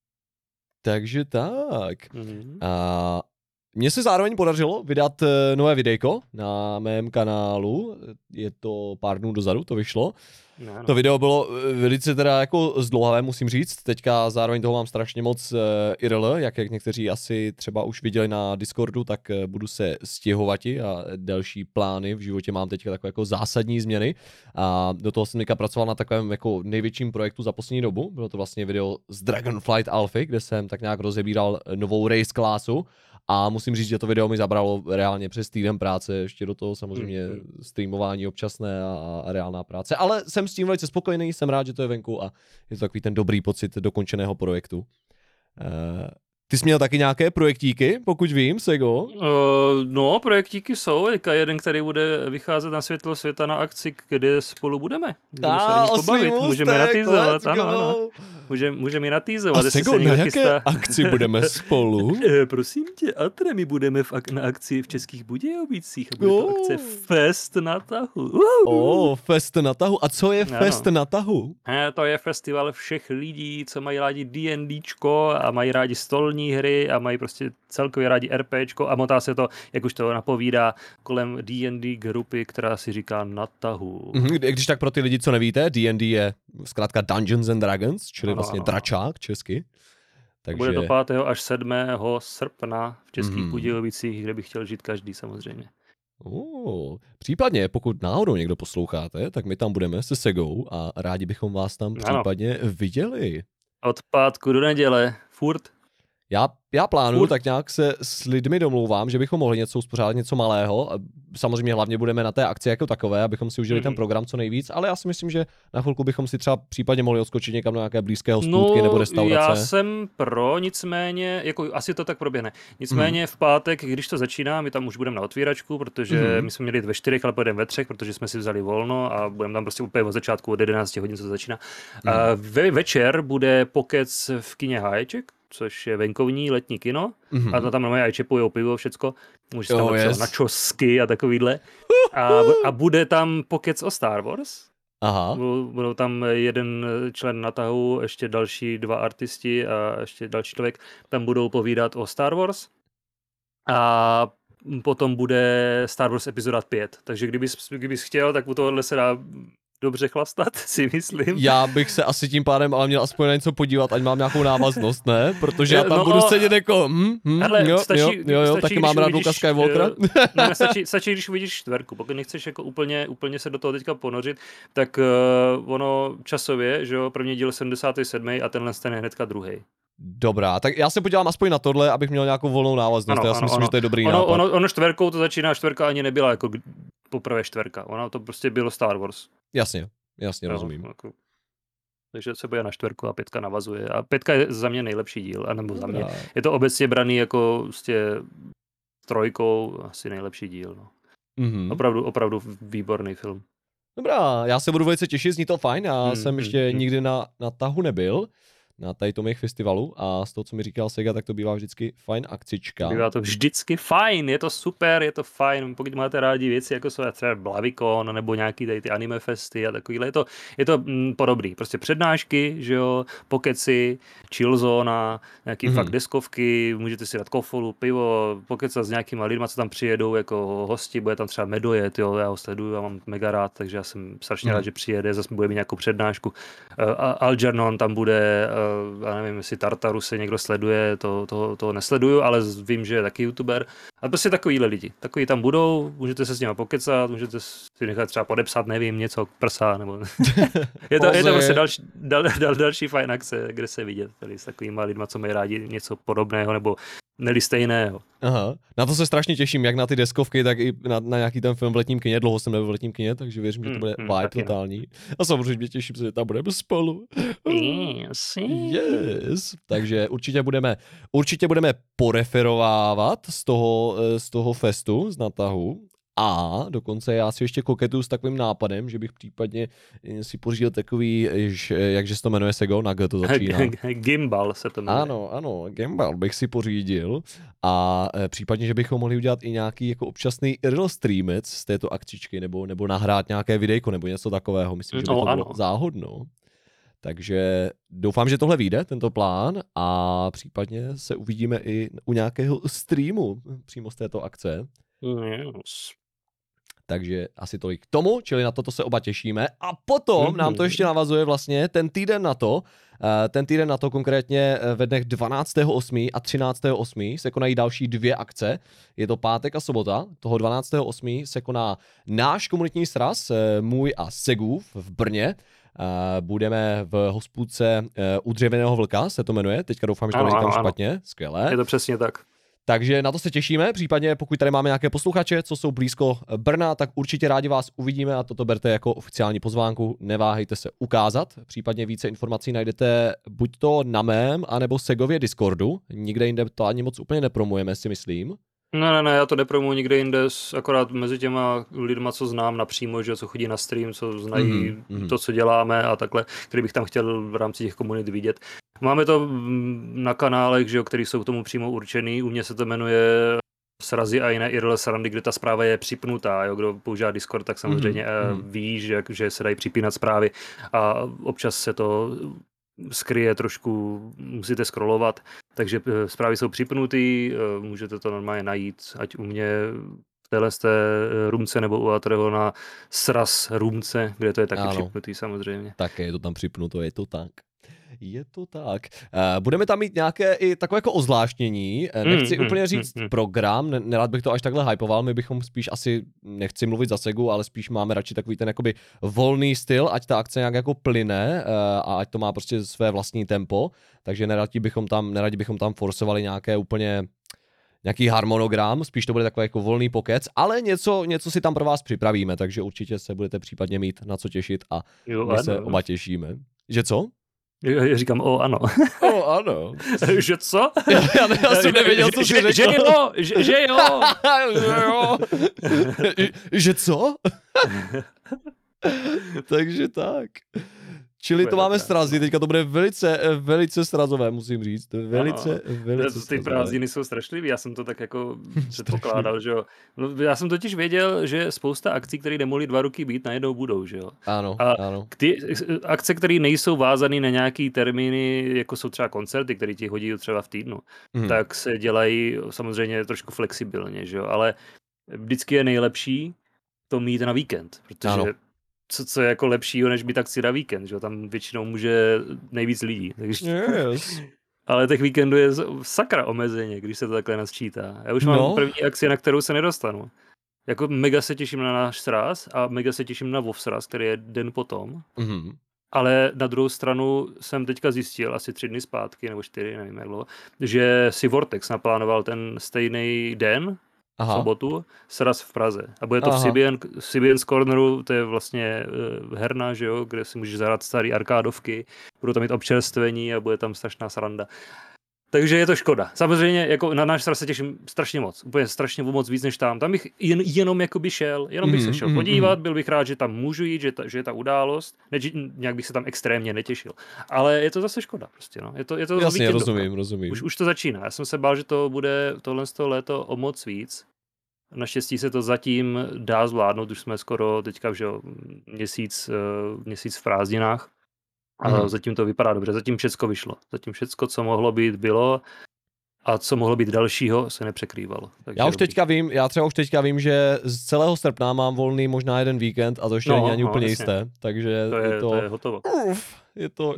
Takže tak. A mně se zároveň podařilo vydat nové videjko na mém kanálu, je to pár dnů dozadu, to vyšlo. No. To video bylo velice teda jako zdlouhavé, musím říct, teďka zároveň toho mám strašně moc IRL, jak někteří asi třeba už viděli na Discordu, tak budu se stěhovati a další plány v životě mám teďka takové jako zásadní změny a do toho jsem teďka pracoval na takovém jako největším projektu za poslední dobu, bylo to vlastně video z Dragonflight Alphy, kde jsem tak nějak rozebíral novou race klásu. A musím říct, že to video mi zabralo reálně přes týden práce, ještě do toho samozřejmě streamování občasné a reálná práce. Ale jsem s tím velice spokojený, jsem rád, že to je venku a je to takový ten dobrý pocit dokončeného projektu. Ty jsi měl taky nějaké projektíky, pokud vím, Sego? No, projektíky jsou, jeden, který bude vycházet na světlo světa na akci, kde spolu budeme. Můžeme natýzovat, ano. Můžeme ji natýzovat. A Sego, na jaké akci budeme spolu? Prosím tě, Atre, my budeme na akci v Českých Budějovicích. Bude to akce Fest na tahu. Fest na tahu. A co je Fest na tahu? To je festival všech lidí, co mají rádi D&Dčko a mají rádi stolní hry a mají prostě celkově rádi RPčko a motá se to, jak už to napovídá, kolem D&D grupy, která si říká Na tahu. Když tak pro ty lidi, co nevíte, D&D je zkrátka Dungeons and Dragons, čili vlastně dračák česky. Takže... Bude to 5. až 7. srpna v Českých Budějovicích, kde by chtěl žít každý samozřejmě. Případně, pokud náhodou někdo posloucháte, tak my tam budeme se Segou a rádi bychom vás tam případně viděli. Od pátku do neděle, furt. Já plánuju, tak nějak se s lidmi domlouvám, že bychom mohli něco uspořádat, něco malého. Samozřejmě hlavně budeme na té akci jako takové, abychom si užili ten program co nejvíc, ale já si myslím, že na chvilku bychom si třeba případně mohli odskočit někam do nějaké blízké hospůdky nebo restaurace. Já jsem pro, nicméně, jako asi to tak proběhne. Nicméně v pátek, když to začíná, my tam už budeme na otvíračku, protože my jsme měli jít ve 4, ale pojedeme ve 3, protože jsme si vzali volno a budeme tam prostě úplně od začátku od 11 hodin, co to začíná. Večer bude pokec v kině Háječek, což je venkovní letní kino. A tam normálně čepujou pivo, všecko. Můžeš tam napsat načosky a takovýhle. A bude tam pokec o Star Wars. Aha. Budou tam jeden člen na tahu, ještě další 2 artisti a ještě další člověk. Tam budou povídat o Star Wars. A potom bude Star Wars epizoda 5. Takže kdybys chtěl, tak u tohohle se dá dobře chlastat, si myslím. Já bych se asi tím pádem ale měl aspoň na něco podívat, ať mám nějakou návaznost, ne? Protože já tam budu sedět jako, hele, stačí, taky mám rád Luka Skywalkera. Stačí, když uvidíš 4. Pokud nechceš jako úplně se do toho teďka ponořit, tak ono časově, že jo, první díl 77. a tenhle ten je hnedka druhý. Dobrá, tak já se podívám aspoň na tohle, abych měl nějakou volnou návaznost. Já si myslím, že to je dobrý nápad. Ono 4 to začíná, 4 ani nebyla jako poprvé 4. Ono to prostě bylo Star Wars. Jasně, rozumím. Jako, takže se bude na 4 a 5 navazuje. A 5 je za mě nejlepší díl, anebo za mě. Je to obecně braný jako prostě 3 asi nejlepší díl. No. Mm-hmm. Opravdu výborný film. Dobrá, já se budu velice těšit, zní to fajn. Já jsem ještě nikdy na tahu nebyl, na tady tom jejich festivalu a z toho, co mi říkal Sega, tak to bývá vždycky fajn akcička. Bývá to vždycky fajn, je to super, je to fajn, pokud máte rádi věci, jako jsou třeba Blavicon, nebo nějaký tady ty anime festy a takovýhle, je to podobný, prostě přednášky, že jo, pokeci, chillzona, nějaký fakt deskovky, můžete si dát kofolu, pivo, pokecat s nějakýma lidma, co tam přijedou jako hosti, bude tam třeba Medojet, jo, já ho sleduju, já mám mega rád, takže já jsem strašně rád, že přijede, zase bude mít nějakou přednášku. Algernon tam bude, já nevím, jestli Tartaru se někdo sleduje, to nesleduju, ale vím, že je taky youtuber. A prostě takovýhle lidi. Takový tam budou, můžete se s nimi pokecat, můžete si nechat třeba podepsat, nevím, něco k prsa, nebo... je to prostě další fajn akce, kde se vidět tady s takovýma lidma, co mají rádi něco podobného, nebo neli stejného. Aha, na to se strašně těším, jak na ty deskovky, tak i na nějaký ten film v letním kině. Dlouho jsem nebyl v letním kině, takže věřím, že to bude vibe totální. A samozřejmě těším se, že tam budeme spolu. Yes. Takže určitě budeme poreferovávat z toho festu, z natahu. A dokonce já si ještě koketuju s takovým nápadem, že bych případně si pořídil takový, jakže se to jmenuje, Sego, na G to začíná. Gimbal se to jmenuje. Ano, gimbal bych si pořídil a případně, že bychom mohli udělat i nějaký jako občasný real streamec z této akcičky, nebo nahrát nějaké videjko, nebo něco takového. Myslím, že by to bylo záhodno. Takže doufám, že tohle vyjde, tento plán, a případně se uvidíme i u nějakého streamu přímo z této akce. Yes. Takže asi tolik k tomu, čili na to se oba těšíme. A potom nám to ještě navazuje vlastně ten týden na to konkrétně ve dnech 12.8. a 13.8. se konají další 2 akce. Je to pátek a sobota. Toho 12.8. se koná náš komunitní sraz, můj a Segův v Brně. Budeme v hospůdce u Dřevěného vlka, se to jmenuje. Teďka doufám, že to neříkám špatně. Skvělé. Je to přesně tak. Takže na to se těšíme, případně pokud tady máme nějaké posluchače, co jsou blízko Brna, tak určitě rádi vás uvidíme a toto berte jako oficiální pozvánku, neváhejte se ukázat, případně více informací najdete buď to na mém, anebo Segově Discordu, nikde jinde to ani moc úplně nepromujeme, si myslím. Ne, já to nepromuji nikde jinde, akorát mezi těma lidma, co znám napřímo, že co chodí na stream, co znají to, co děláme a takhle, který bych tam chtěl v rámci těch komunit vidět. Máme to na kanálech, že jo, který jsou k tomu přímo určený, u mě se to jmenuje Srazy a jiné IRL srandy, kde ta zpráva je připnutá, jo, kdo používá Discord, tak samozřejmě ví, že se dají připínat zprávy a občas se to skryje trošku, musíte scrollovat, takže zprávy jsou připnutý, můžete to normálně najít, ať u mě v téhle roomce nebo u Atreho na Sraz roomce, kde to je taky připnutý samozřejmě. Tak je to tam připnuto, je to tak. Je to tak. Budeme tam mít nějaké i takové jako ozvláštnění. Nechci úplně říct program, nerad bych to až takhle hypoval, my bychom spíš asi, nechci mluvit za Segu, ale spíš máme radši takový ten jakoby volný styl, ať ta akce nějak jako plyne a ať to má prostě své vlastní tempo, takže neradi bychom tam forsovali nějaký harmonogram, spíš to bude takový jako volný pokec, ale něco si tam pro vás připravíme, takže určitě se budete případně mít na co těšit a my se oba těšíme. Že co? Já říkám, ano. Ano. Že co? Já jsem nevěděl, co jsi řekl. Že jo. Že co? Takže tak. Čili to máme srazy, teďka to bude velice srazové, musím říct. Velice ty prázdniny jsou strašlivý, já jsem to tak jako předpokládal, že jo. No, já jsem totiž věděl, že spousta akcí, které nemohly 2 roky být, najednou budou, že jo. Ano. Ty akce, které nejsou vázané na nějaký termíny, jako jsou třeba koncerty, které ti hodí třeba v týdnu, tak se dělají samozřejmě trošku flexibilně, že jo. Ale vždycky je nejlepší to mít na víkend, protože co je jako lepšího, než být akci na víkend, že jo? Tam většinou může nejvíc lidí. Takže... Yes. Ale těch víkendů je sakra omezeně, když se to takhle nasčítá. Já už mám první akci, na kterou se nedostanu. Jako mega se těším na náš sraz a mega se těším na WoW sraz, který je den potom. Ale na druhou stranu jsem teďka zjistil, asi 3 dny zpátky, nebo 4, nevím jak dlouho, že si Vortex naplánoval ten stejný den, v sobotu, sraz v Praze. A bude to v Sibian's Corneru, to je vlastně herna, že jo, kde si můžeš zahrát starý arkádovky, budou tam mít občerstvení a bude tam strašná sranda. Takže je to škoda. Samozřejmě jako na náš sraz se těším strašně moc. Úplně strašně moc víc než tam. Tam bych jenom jakoby šel, jenom bych se šel podívat, byl bych rád, že tam můžu jít, že je ta událost. Nějak bych se tam extrémně netěšil. Ale je to zase škoda prostě, no. Je to jasně, rozumím. Už to začíná. Já jsem se bál, že to bude tohle léto o moc víc. Naštěstí se to zatím dá zvládnout, už jsme skoro teďka měsíc v prázdninách. A zatím to vypadá dobře, zatím všecko vyšlo. Zatím všecko, co mohlo být, bylo a co mohlo být dalšího, se nepřekrývalo. Já třeba už teďka vím, že z celého srpna mám volný možná jeden víkend a to ještě není ani úplně jisté, takže to je hotovo. Je to...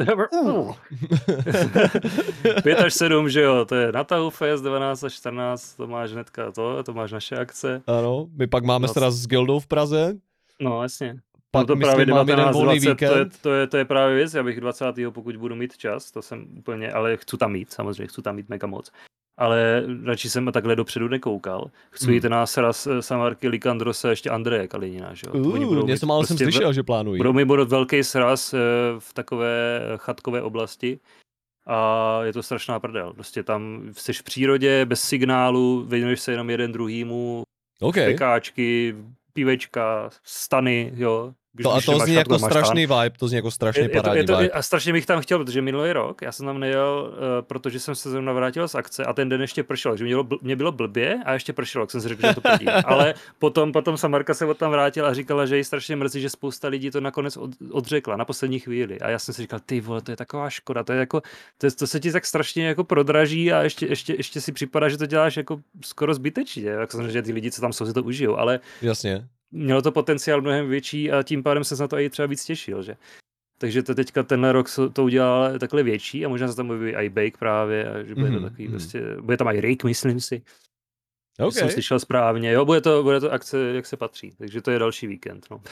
5 až 7, že jo, to je na Tahu Fest, 12 až 14, to máš hnedka to máš naše akce. Ano, my pak máme sraz s Gildou v Praze. No, jasně. Pak to právě 19, volný 20, víkend. To je právě věc, já bych 20. pokud budu mít čas, to jsem úplně, ale chci tam mít mega moc. Ale radši jsem takhle dopředu nekoukal. Chci jít na sraz Samarky, Likandrose a ještě Andreje Kalinina, že jo. Něco málo jsem slyšel, že plánují. Budou velký sraz v takové chatkové oblasti a je to strašná prdel. Prostě tam jsi v přírodě, bez signálu, věnuješ se jenom jeden druhýmu, pekáčky, pívečka, stany, jo. To zní jako strašný vibe, to zní jako strašně parádní vibe. A strašně bych tam chtěl, protože minulý rok já jsem tam nejel, protože jsem se zrovna vrátil z akce a ten den ještě pršel, takže mě bylo blbě a ještě pršelo, tak jsem si řekl, že to podí. Ale potom Samarka se od tam vrátila a říkala, že jí strašně mrzí, že spousta lidí to nakonec odřekla na poslední chvíli. A já jsem si říkal, ty vole, to je taková škoda, to je jako, to se ti tak strašně jako prodraží a ještě si připadá, že to děláš jako skoro zbytečně, jak samozřejmě, že ty lidi, co tam jsou, si to užijou, ale jasně. Mělo to potenciál mnohem větší a tím pádem se na to i třeba víc těšil, že? Takže to teďka tenhle rok to udělal takhle větší a možná se tam objeví i Bake právě a že bude to takový prostě, bude tam i Rick, myslím si. Jsem slyšel správně, jo, bude to akce, jak se patří, takže to je další víkend, no.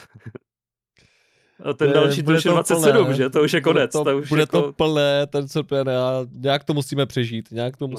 A ten další to už je 27, plné, že? To už je konec. Bude to plné, ten srpen a nějak to musíme přežít.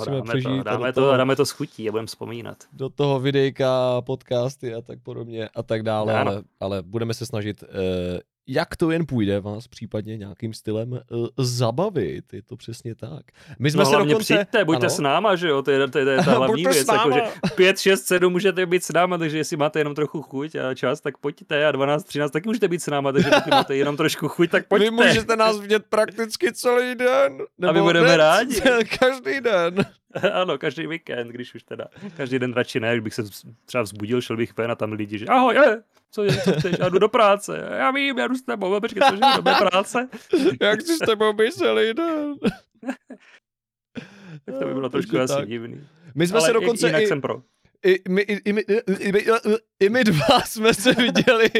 Dáme to s chutí a budeme vzpomínat. Do toho videjka, podcasty a tak podobně a tak dále, ale budeme se snažit, jak to jen půjde, vás případně nějakým stylem zabavit. Je to přesně tak. My jsme se dokonce... Přijďte, buďte s náma, že jo? To je ta hlavní věc. Jakože 5, 6, 7 můžete být s náma, takže jestli máte jenom trochu chuť a čas, tak pojďte. A 12, 13 taky můžete být s náma, takže pokud máte jenom trošku chuť, tak pojďte. Vy můžete nás vidět prakticky celý den. A my budeme rádi. Každý den. Ano, každý víkend, když už teda. Každý den radši ne, kdybych se třeba vzbudil, šel bych ven a tam lidi, že ahoj, co chceš, já jdu do práce. Já vím, já jdu s tebou, počkej, cože jdu do práce. Jak jsi s tebou být celý den? Tak to by bylo trošku asi divný. My jsme se dokonce jinak jsem pro. I my dva jsme se viděli...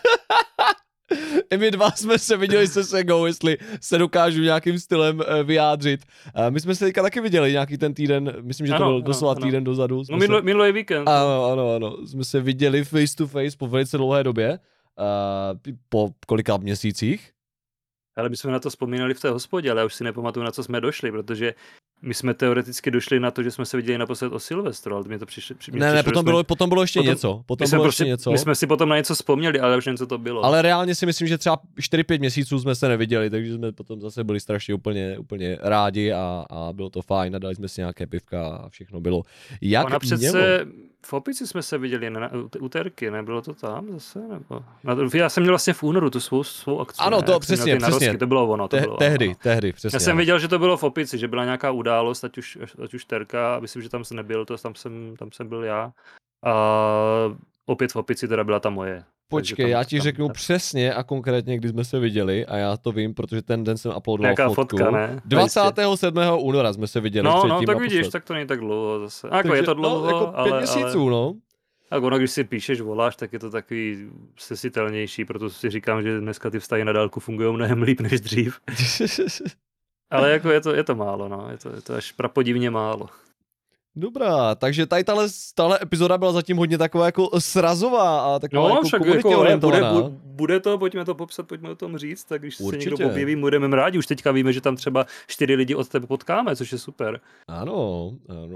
I my dva jsme se viděli se Segou, jestli se dokážu nějakým stylem vyjádřit. My jsme se teďka taky viděli nějaký ten týden, myslím, že to byl doslova týden dozadu. No minulý víkend. Ano. Jsme se viděli face to face po velice dlouhé době. Po kolika měsících. Ale my jsme na to vzpomínali v té hospodě, ale já už si nepamatuju, na co jsme došli, protože my jsme teoreticky došli na to, že jsme se viděli naposled o Silvestru, ale mě to přišlo. Ne, potom bylo ještě něco. My jsme si potom na něco vzpomněli, ale už něco to bylo. Ale reálně si myslím, že třeba 4-5 měsíců jsme se neviděli, takže jsme potom zase byli strašně úplně rádi a bylo to fajn a dali jsme si nějaké pivka a všechno bylo jak ona přece V Opici jsme se viděli na úterky, nebylo to tam zase? Nebo... Já jsem měl vlastně v únoru tu svou akci. Ano, to přesně. To bylo ono. Tehdy, přesně. Já jsem viděl, že to bylo v Opici, že byla nějaká událost, ať už Terka, myslím, že tam se nebyl, tam jsem byl já. A opět v Opici teda byla ta moje. Počkej, já ti řeknu přesně a konkrétně, kdy jsme se viděli a já to vím, protože ten den jsem uploadoval nějaká fotku. Fotka, ne? 27. února jsme se viděli. No, tak vidíš, tak to není tak dlouho zase. Jako je to dlouho, jako 5 měsíců, no. Tak ono, když si píšeš, voláš, tak je to takový sesitelnější, proto si říkám, že dneska ty vztahy na dálku fungují mnohem líp než dřív. Ale jako je to málo, no. Je to až prapodivně málo. Dobrá, takže tady tahle epizoda byla zatím hodně taková jako srazová a taková no, jako však komunitně orientovaná. Bude to, pojďme to popsat, pojďme o tom říct, tak když Určitě. se někdo objeví, budeme rádi. Už teďka víme, že tam třeba 4 lidi od tebe potkáme, což je super. Ano.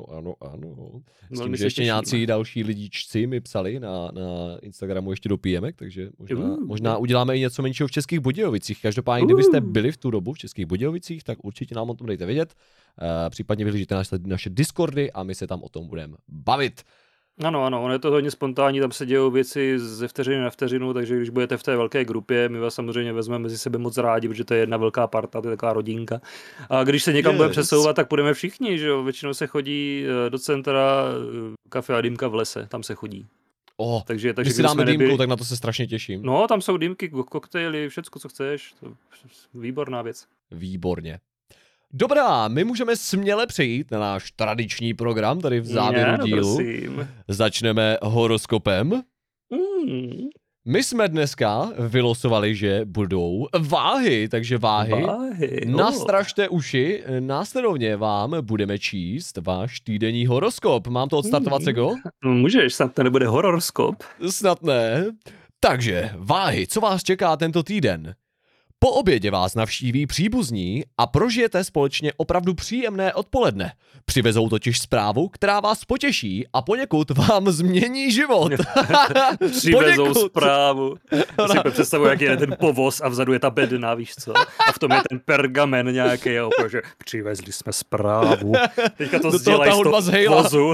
S tím, že ještě nějací další lidičci mi psali na Instagramu, ještě dopijeme, takže možná uděláme i něco menšího v Českých Budějovicích. Každopádně, kdybyste byli v tu dobu v Českých Budějovicích, tak určitě nám o tom dejte vědět. Případně vyhlížíte naše Discordy a my se tam o tom budeme bavit. Ano, ono je to hodně spontánní, tam se dějou věci ze vteřiny na vteřinu, takže když budete v té velké grupě, my vás samozřejmě vezmeme mezi sebe moc rádi, protože to je jedna velká parta, to je taková rodinka. A když se někam budeme přesouvat, tak půjdeme všichni, že jo? Většinou se chodí do centra Kafe a dýmka v lese, tam se chodí. Takže když si dáme dýmku, tak na to se strašně těším. No, tam jsou dýmky, koktejly, všecko, co chceš, to výborná věc. Výborně. Dobrá, my můžeme směle přejít na náš tradiční program tady v závěru dílu. Prosím. Začneme horoskopem. My jsme dneska vylosovali, že budou váhy, takže váhy. Nastražte uši, následovně vám budeme číst váš týdenní horoskop. Mám to odstartovat, Sego? Můžeš, snad to nebude horoskop. Snad ne. Takže, váhy, co vás čeká tento týden? Po obědě vás navštíví příbuzní a prožijete společně opravdu příjemné odpoledne. Přivezou totiž zprávu, která vás potěší a poněkud vám změní život. Přivezou zprávu. To si představuji, jak je ten povoz a vzadu je ta bedna, víš co? A v tom je ten pergamen nějaký, že přivezli jsme zprávu. Teďka to sdělají z toho vozu.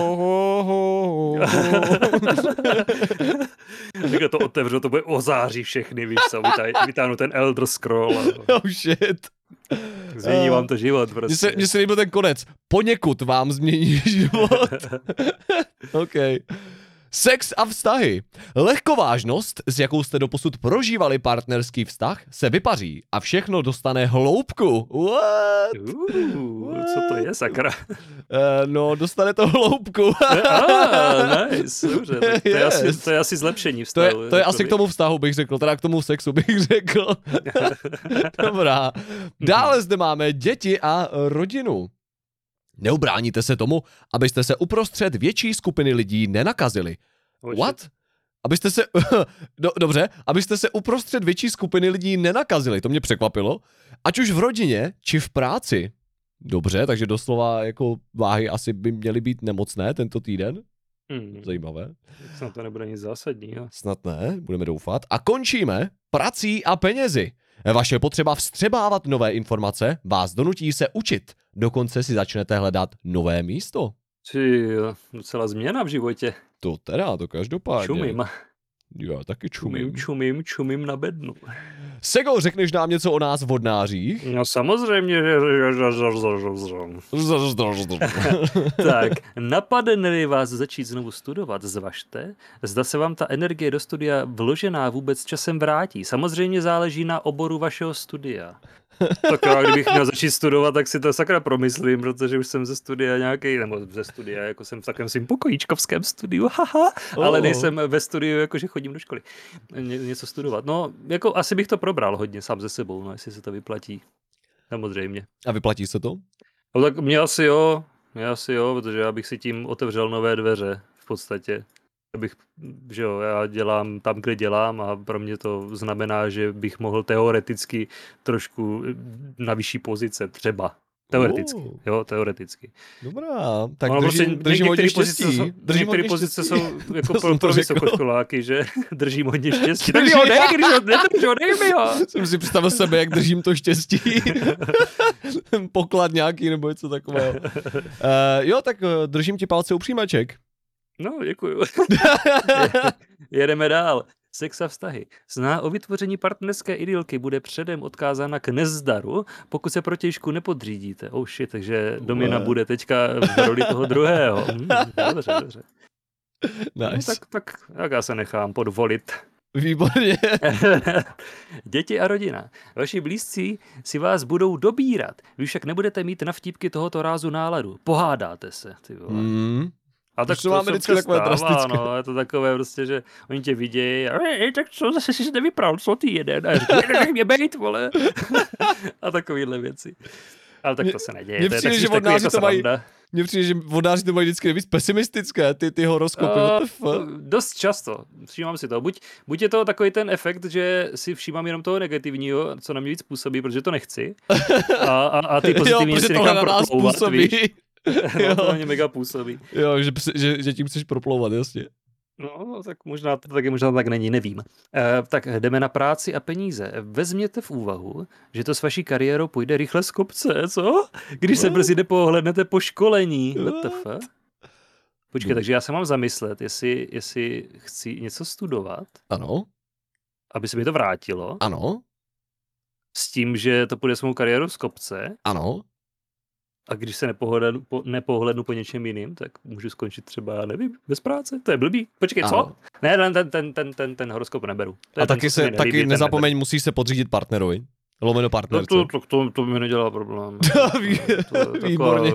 Teďka to otevřu, to bude ozáří všechny, víš co? Vytáhnu ten Elder Scroll. Oh shit. Změní vám to život prostě. Mně se líbil ten konec. Poněkud vám změní život. OK. Sex a vztahy. Lehkovážnost, s jakou jste doposud prožívali partnerský vztah, se vypaří a všechno dostane hloubku. What? Co to je, sakra? No, dostane to hloubku. Nice, dobře. To je asi zlepšení vztahu. To je asi k tomu vztahu, bych řekl, teda k tomu sexu bych řekl. Dobrá. Dále zde máme děti a rodinu. Neubráníte se tomu, abyste se uprostřed větší skupiny lidí nenakazili. What? Abyste se... Dobře, abyste se uprostřed větší skupiny lidí nenakazili, to mě překvapilo. Ať už v rodině, či v práci. Dobře, takže doslova jako váhy asi by měly být nemocné tento týden. Zajímavé. Snad to nebude nic zásadního. Snad ne, budeme doufat. A končíme prací a penězi. Vaše potřeba vstřebávat nové informace vás donutí se učit. Dokonce si začnete hledat nové místo. Docela změna v životě. To teda, to každopádně. Čumím. Já taky Čumím na bednu. Sego, řekneš nám něco o nás vodnářích? No samozřejmě, že... Tak, napadne-li vás začít znovu studovat, zvažte, zda se vám ta energie do studia vložená vůbec časem vrátí. Samozřejmě záleží na oboru vašeho studia. Tak já, kdybych měl začít studovat, tak si to sakra promyslím, protože už jsem ze studia jako jsem v takovém svým pokojíčkovském studiu, ale nejsem ve studiu, jakože chodím do školy něco studovat. No, jako asi bych to probral hodně sám ze sebou, no, jestli se to vyplatí. Samozřejmě. A vyplatí se to? No tak mě asi jo, protože já bych si tím otevřel nové dveře v podstatě. Já dělám tam, kde dělám a pro mě to znamená, že bych mohl teoreticky trošku na vyšší pozice, třeba. Teoreticky. Dobrá, tak držím hodně štěstí. Některé pozice jsou jako pro vysokoškoláky, že držím hodně štěstí. Tak jo, dej mi ho. Jsem si představil sebe, jak držím to štěstí. Poklad nějaký nebo něco takového. Jo, tak držím ti palce u přijímaček. No, děkuju. Jedeme dál. Sex a vztahy. Snaha o vytvoření partnerské idylky bude předem odkázána k nezdaru, pokud se protějšku nepodřídíte. Oh shit, takže Domina bude teďka v roli toho druhého. Dobře. Nice. No, tak já se nechám podvolit. Výborně. Děti a rodina. Vaši blízcí si vás budou dobírat. Vy však nebudete mít na vtipky tohoto rázu náladu. Pohádáte se, ty vole. A tak to máme vždycky takové drastické. No, je to takové prostě, že oni tě vidějí a tak co, zase jsi nevypral, co ty jeden? A říkají, nech mě bejt, vole. A takovýhle věci. Ale tak to se neděje. Mně přijde, že Mně přijde, že vodnáři to mají vždycky víc pesimistické, ty horoskopy. Dost často, všímám si to. Buď je to takový ten efekt, že si všímám jenom toho negativního, co na mě víc působí, protože to nechci. A ty pozitivní si nechám proplouvat, víš. No, to na mě mega působí. Jo, že tím chceš proplouvat, jasně. No, tak možná to tak není, nevím. Tak jdeme na práci a peníze. Vezměte v úvahu, že to s vaší kariérou půjde rychle z kopce, co? Když se brzy nepohlednete po školení. WTF? Počkej, takže já se mám zamyslet, jestli chci něco studovat. Ano. Aby se mi to vrátilo. Ano. S tím, že to půjde s mou kariérou z kopce. Ano. A když se nepohlednu po něčem jiným, tak můžu skončit třeba, nevím, bez práce. To je blbý. Počkej, co? Ano. Ne, ten horoskop neberu. A taky nezapomeň, musíš se podřídit partnerovi. Lomeno partnerce. To mi nedělá problém. Výborně.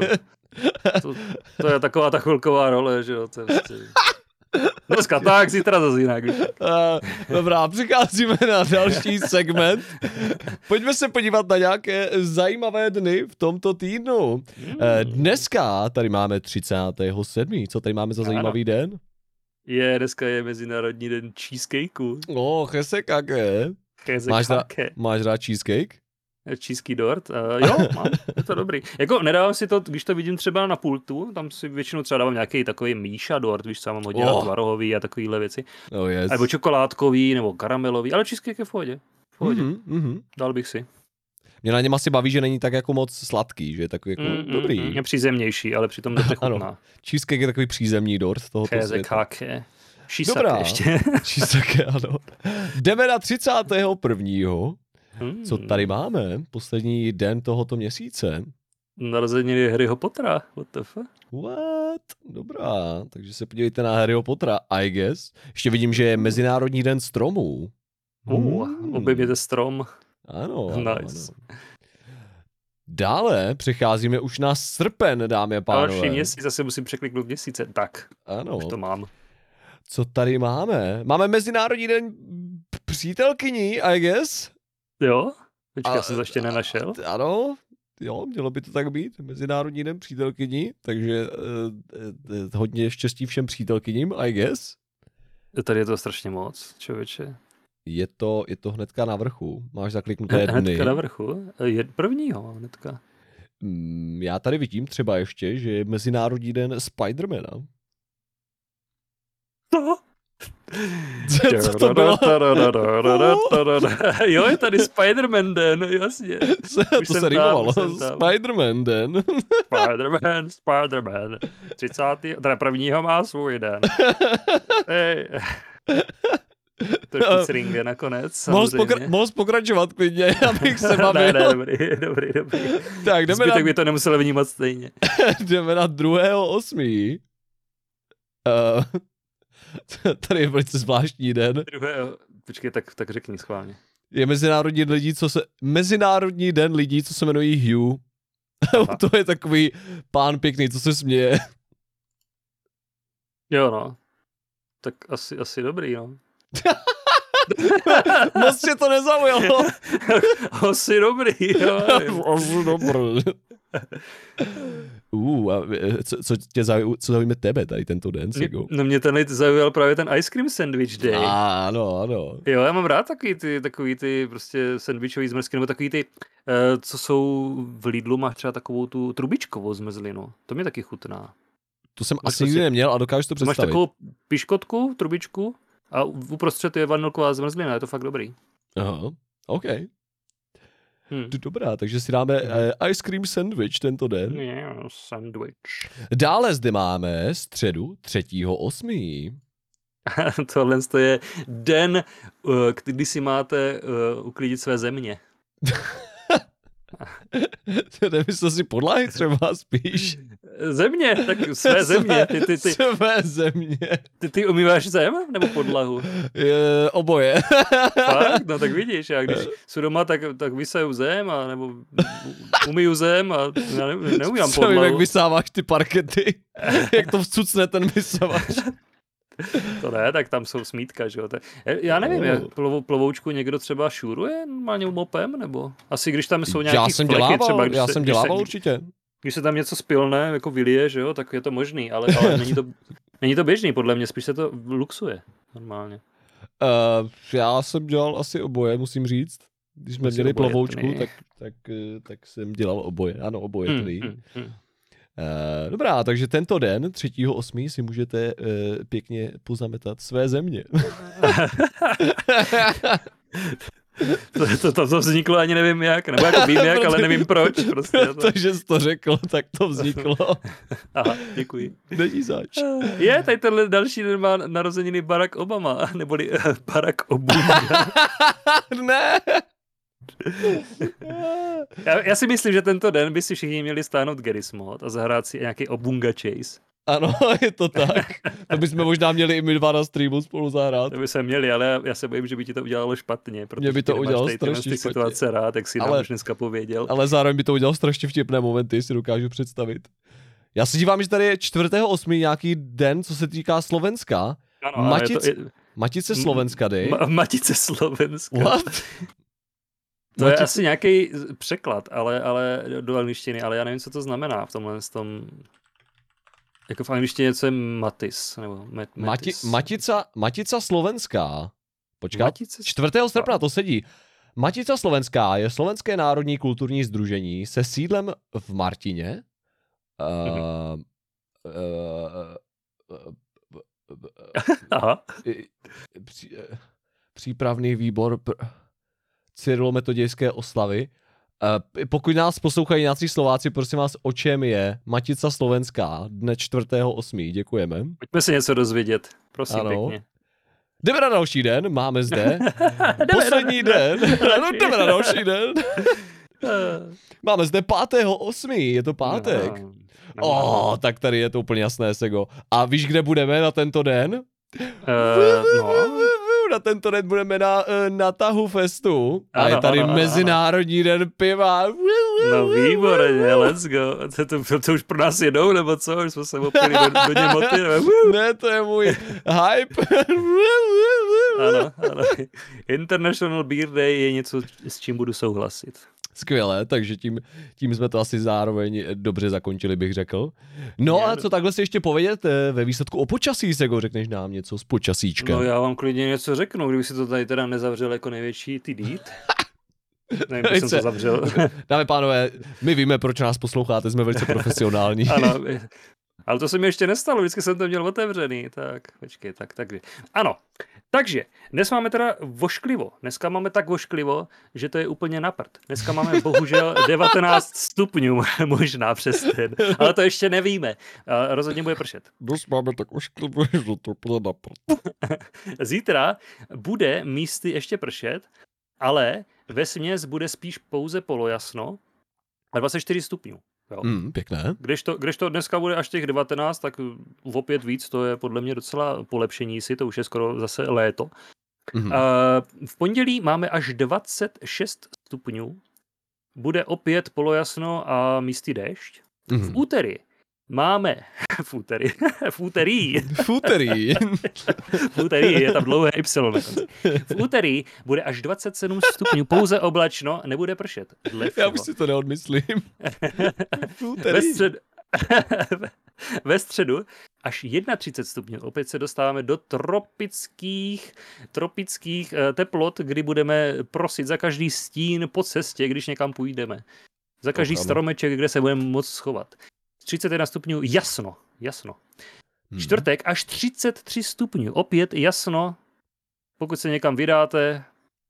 To je taková ta chvilková role, že jo. To je prostě... Dneska tak, zítra zase jinak. Dobrá, přicházíme na další segment. Pojďme se podívat na nějaké zajímavé dny v tomto týdnu. Dneska tady máme 37. Co tady máme za zajímavý den? Dneska je Mezinárodní den cheesecakeu. Chesekake. Máš rád cheesecake? Číský dort. Jo, mám, je to dobrý. Jako nedávám si to, když to vidím třeba na pultu, tam si většinou třeba dávám nějaký takový Míša dort, víš, co mám hodně tvarohový a takovýhle věci. Oh, yes. Nebo čokoládkový, nebo karamelový, ale cheesecake je v pohodě. Dal bych si. Mě na něm asi baví, že není tak jako moc sladký, že je takový jako dobrý. Je přízemnější, ale přitom dobře chutná. Cheesecake je takový přízemní dort tohoto světa. Dobrá. Ještě. Cheesecake, ano. Jdeme na 31. Co tady máme? Poslední den tohoto měsíce. Narozeniny Harryho Pottera. What the fuck? What? Dobrá, takže se podívejte na Harryho Pottera, I guess. Ještě vidím, že je Mezinárodní den stromů. Objevněte strom. Ano. Nice. Ano. Dále přecházíme už na srpen, dámy a pánové. Další měsíc, zase musím překliknout měsíce. Tak, ano. Už to mám. Co tady máme? Máme Mezinárodní den přítelkyní, I guess. Jo? Počkej, já jsem to ještě nenašel. Ano, jo, mělo by to tak být. Mezinárodní den přítelkyní, takže hodně štěstí všem přítelkyním, I guess. Tady je to strašně moc, člověče. Je to hnedka na vrchu. Máš zakliknuté dny. Hnedka na vrchu? Je prvního hnedka. Já tady vidím třeba ještě, že je Mezinárodní den Spidermana. To? Co to bylo? Jo, je tady Spider-Man den, jasně. To se rýmovalo. Spider-Man den. Spider-Man. 30. Teda prvního má svůj den. Hej. Trošku cringe nakonec. Mohl pokračovat klidně, abych se bavil. Ne, dobrý. Tak, zbytek by to nemuselo vnímat stejně. Jdeme na 2.8. Tady je velice zvláštní den. Počkej, tak řekni schválně. Je Mezinárodní den lidí, co se jmenují Hugh. To je takový pán pěkný, co se směje. Jo, no. Tak asi dobrý, no. Moc tě to nezaujalo. Asi dobrý, jo. Asi dobrý. Co zaujme tebe tady tento den, Sigo? No mě tenhle zaujal právě ten Ice Cream Sandwich Day. Ano. Jo, já mám rád takový ty prostě sandwichový zmrzky, nebo takový ty, co jsou v Lidlu, máš třeba takovou tu trubičkovou zmrzlinu. To mě taky chutná. To jsem asi nikdy neměl a dokážu to představit. Máš takovou piškotku, trubičku a uprostřed je vanilková zmrzlina, je to fakt dobrý. Aha, OK. Dobrá, takže si dáme ice cream sandwich tento den. Sandwich. Dále zde máme středu 3.8. Tohle je den, kdy si máte uklidit své země. Nemyslel si podlahy třeba spíš? Země, tak své země. Své země. Ty umýváš zem nebo podlahu? Oboje. Fakt? No tak vidíš, já když jsou doma, tak vysaju zem, nebo umyju zem a já neumývám podlahu. Co, jak vysáváš ty parkety? Jak to vcucne ten vysavač? To ne, tak tam jsou smítka, že jo. Já nevím, jak plovoučku někdo třeba šuruje normálně mopem, nebo asi když tam jsou nějaký fleky třeba. Já jsem dělával určitě. Když se tam něco spilne, jako vylije, že jo, tak je to možný, ale není to běžný, podle mě, spíš se to luxuje normálně. Já jsem dělal asi oboje, musím říct. Když jsme měli plovoučku, tak jsem dělal oboje. Ano, oboje tedy. Dobrá, takže tento den, 3.8. si můžete pěkně pozametat své země. To vzniklo ani nevím jak, nebo jako vím jak, ale nevím proč. Prostě. Protože jsi to řekl, tak to vzniklo. Aha, děkuji. Není zač. Tady tenhle další den má narozeniny Barack Obama, neboli Barack Obama. Ne. Já si myslím, že tento den by si všichni měli stáhnout Garry's Mod a zahrát si nějaký Obunga Chase. Ano, je to tak. To bychom možná měli i my dva na streamu spolu zahrát. To by se měli, ale já se bojím, že by ti to udělalo špatně, protože mě by to udělalo strašně špatně. Situace rád, tak si nám už dneska pověděl. Ale zároveň by to udělalo strašně vtipné momenty, si dokážu představit. Já si dívám, že tady je 4.8. nějaký den, co se týká Slovenska. Ano, Matice Slovenska day. Matice Slovenska. What? To je asi nějaký překlad, ale do angličtiny, ale já nevím, co to znamená v tomhle tom. Jako v angličtině co je Matis, nebo Matica Slovenská. Počkat, 4. srpna to sedí. Matica Slovenská je slovenské národní kulturní sdružení se sídlem v Martině. Aha. Přípravný výbor cyrilometodějské oslavy. Pokud nás poslouchají nějací Slováci, prosím vás, o čem je Matica Slovenská dne 4.8. Děkujeme. Pojďme si něco dozvědět, prosím, pěkně. Jdeme na další den, máme zde poslední den. Jdeme na další den. Máme zde 5.8. Je to pátek. Tak tady je to úplně jasné, Sego. A víš, kde budeme na tento den? Na tento den budeme na Tahu Festu. A je tady Mezinárodní den piva. No výborně, let's go. To už pro nás jedou, nebo co? Už jsme se opili do němoty. Ne, to je můj hype. Ano. International Beer Day je něco, s čím budu souhlasit. Skvěle, takže tím jsme to asi zároveň dobře zakončili, bych řekl. No a co takhle si ještě povědět ve výsledku o počasí, Sego, řekneš nám něco z počasíčka? No já vám klidně něco řeknu, kdyby si to tady teda nezavřel jako největší ty dít. Nevím, jsem to zavřel. Dámy pánové, my víme, proč nás posloucháte, jsme velice profesionální. Ano, ale to se mi ještě nestalo, vždycky jsem to měl otevřený. Tak, počkej, takže. Ano, takže dnes máme teda vošklivo. Dneska máme tak vošklivo, že to je úplně na prd. Dneska máme bohužel 19 stupňů, možná přes ten. Ale to ještě nevíme. Rozhodně bude pršet. Dnes máme tak vošklivo, že to bude na prd. Zítra bude místy ještě pršet, ale vesměs bude spíš pouze polojasno a 24 stupňů. Jo. Pěkné. Když to dneska bude až těch 19, tak opět víc, to je podle mě docela polepšení si, to už je skoro zase léto. V pondělí máme až 26 stupňů, bude opět polojasno a místy déšť. V úterý máme v úterý, je tam dlouhé Y. V úterý bude až 27 stupňů, pouze oblačno, nebude pršet. Já už si to neodmyslím. Ve středu až 31 stupňů. Opět se dostáváme do tropických teplot, kdy budeme prosit za každý stín po cestě, když někam půjdeme. Za každý stromeček, kde se budeme moct schovat. 31 stupňů, jasno. Čtvrtek až 33 stupňů, opět jasno. Pokud se někam vydáte,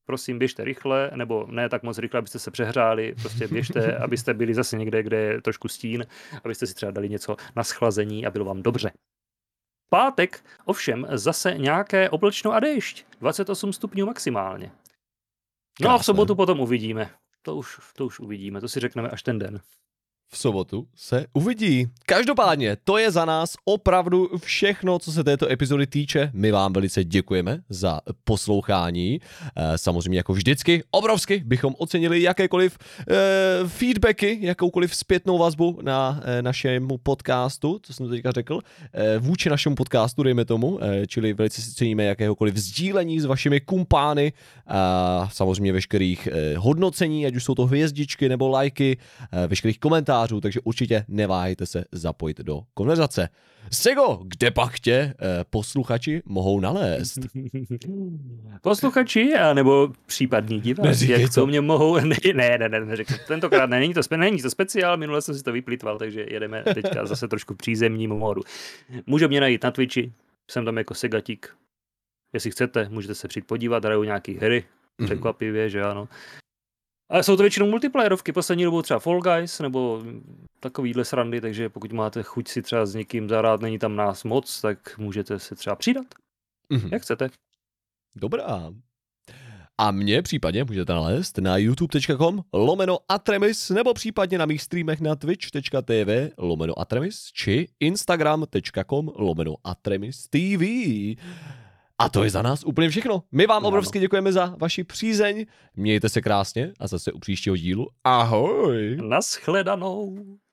prosím, běžte rychle, nebo ne tak moc rychle, abyste se přehřáli, prostě běžte, abyste byli zase někde, kde je trošku stín, abyste si třeba dali něco na schlazení a bylo vám dobře. Pátek ovšem zase nějaké oblačno a déšť, 28 stupňů maximálně. No a v sobotu potom uvidíme. To už uvidíme, to si řekneme až ten den. V sobotu se uvidí. Každopádně, to je za nás opravdu všechno, co se této epizody týče. My vám velice děkujeme za poslouchání. Samozřejmě jako vždycky obrovsky bychom ocenili jakékoliv feedbacky, jakoukoliv zpětnou vazbu na našemu podcastu, co jsem teďka řekl, vůči našemu podcastu, dejme tomu, čili velice si ceníme jakéhokoliv sdílení s vašimi kumpány, samozřejmě veškerých hodnocení, ať už jsou to hvězdičky nebo lajky, veškerých komentářů, takže určitě neváhejte se zapojit do konverzace. Sego, kde pak tě posluchači mohou nalézt? Posluchači, nebo případní diváci, jak to mě mohou... Ne, neřekl. Tentokrát není to speciál, minule jsem si to vyplýtval, takže jedeme teďka zase trošku v přízemním módu. Můžou mě najít na Twitchi, jsem tam jako Segatík. Jestli chcete, můžete se přijít podívat, hraju nějaký hry, překvapivě, že ano. A jsou to většinou multiplayerovky, poslední dobou třeba Fall Guys, nebo takovýhle srandy, takže pokud máte chuť si třeba s někým zahrát, není tam nás moc, tak můžete se třeba přidat. Jak chcete. Dobrá. A mě případně můžete nalézt na youtube.com/Atremis nebo případně na mých streamech na twitch.tv/Atremis či instagram.com/Atremis TV. A to je za nás úplně všechno. My vám obrovsky děkujeme za vaši přízeň. Mějte se krásně a zase u příštího dílu. Ahoj. Naschledanou.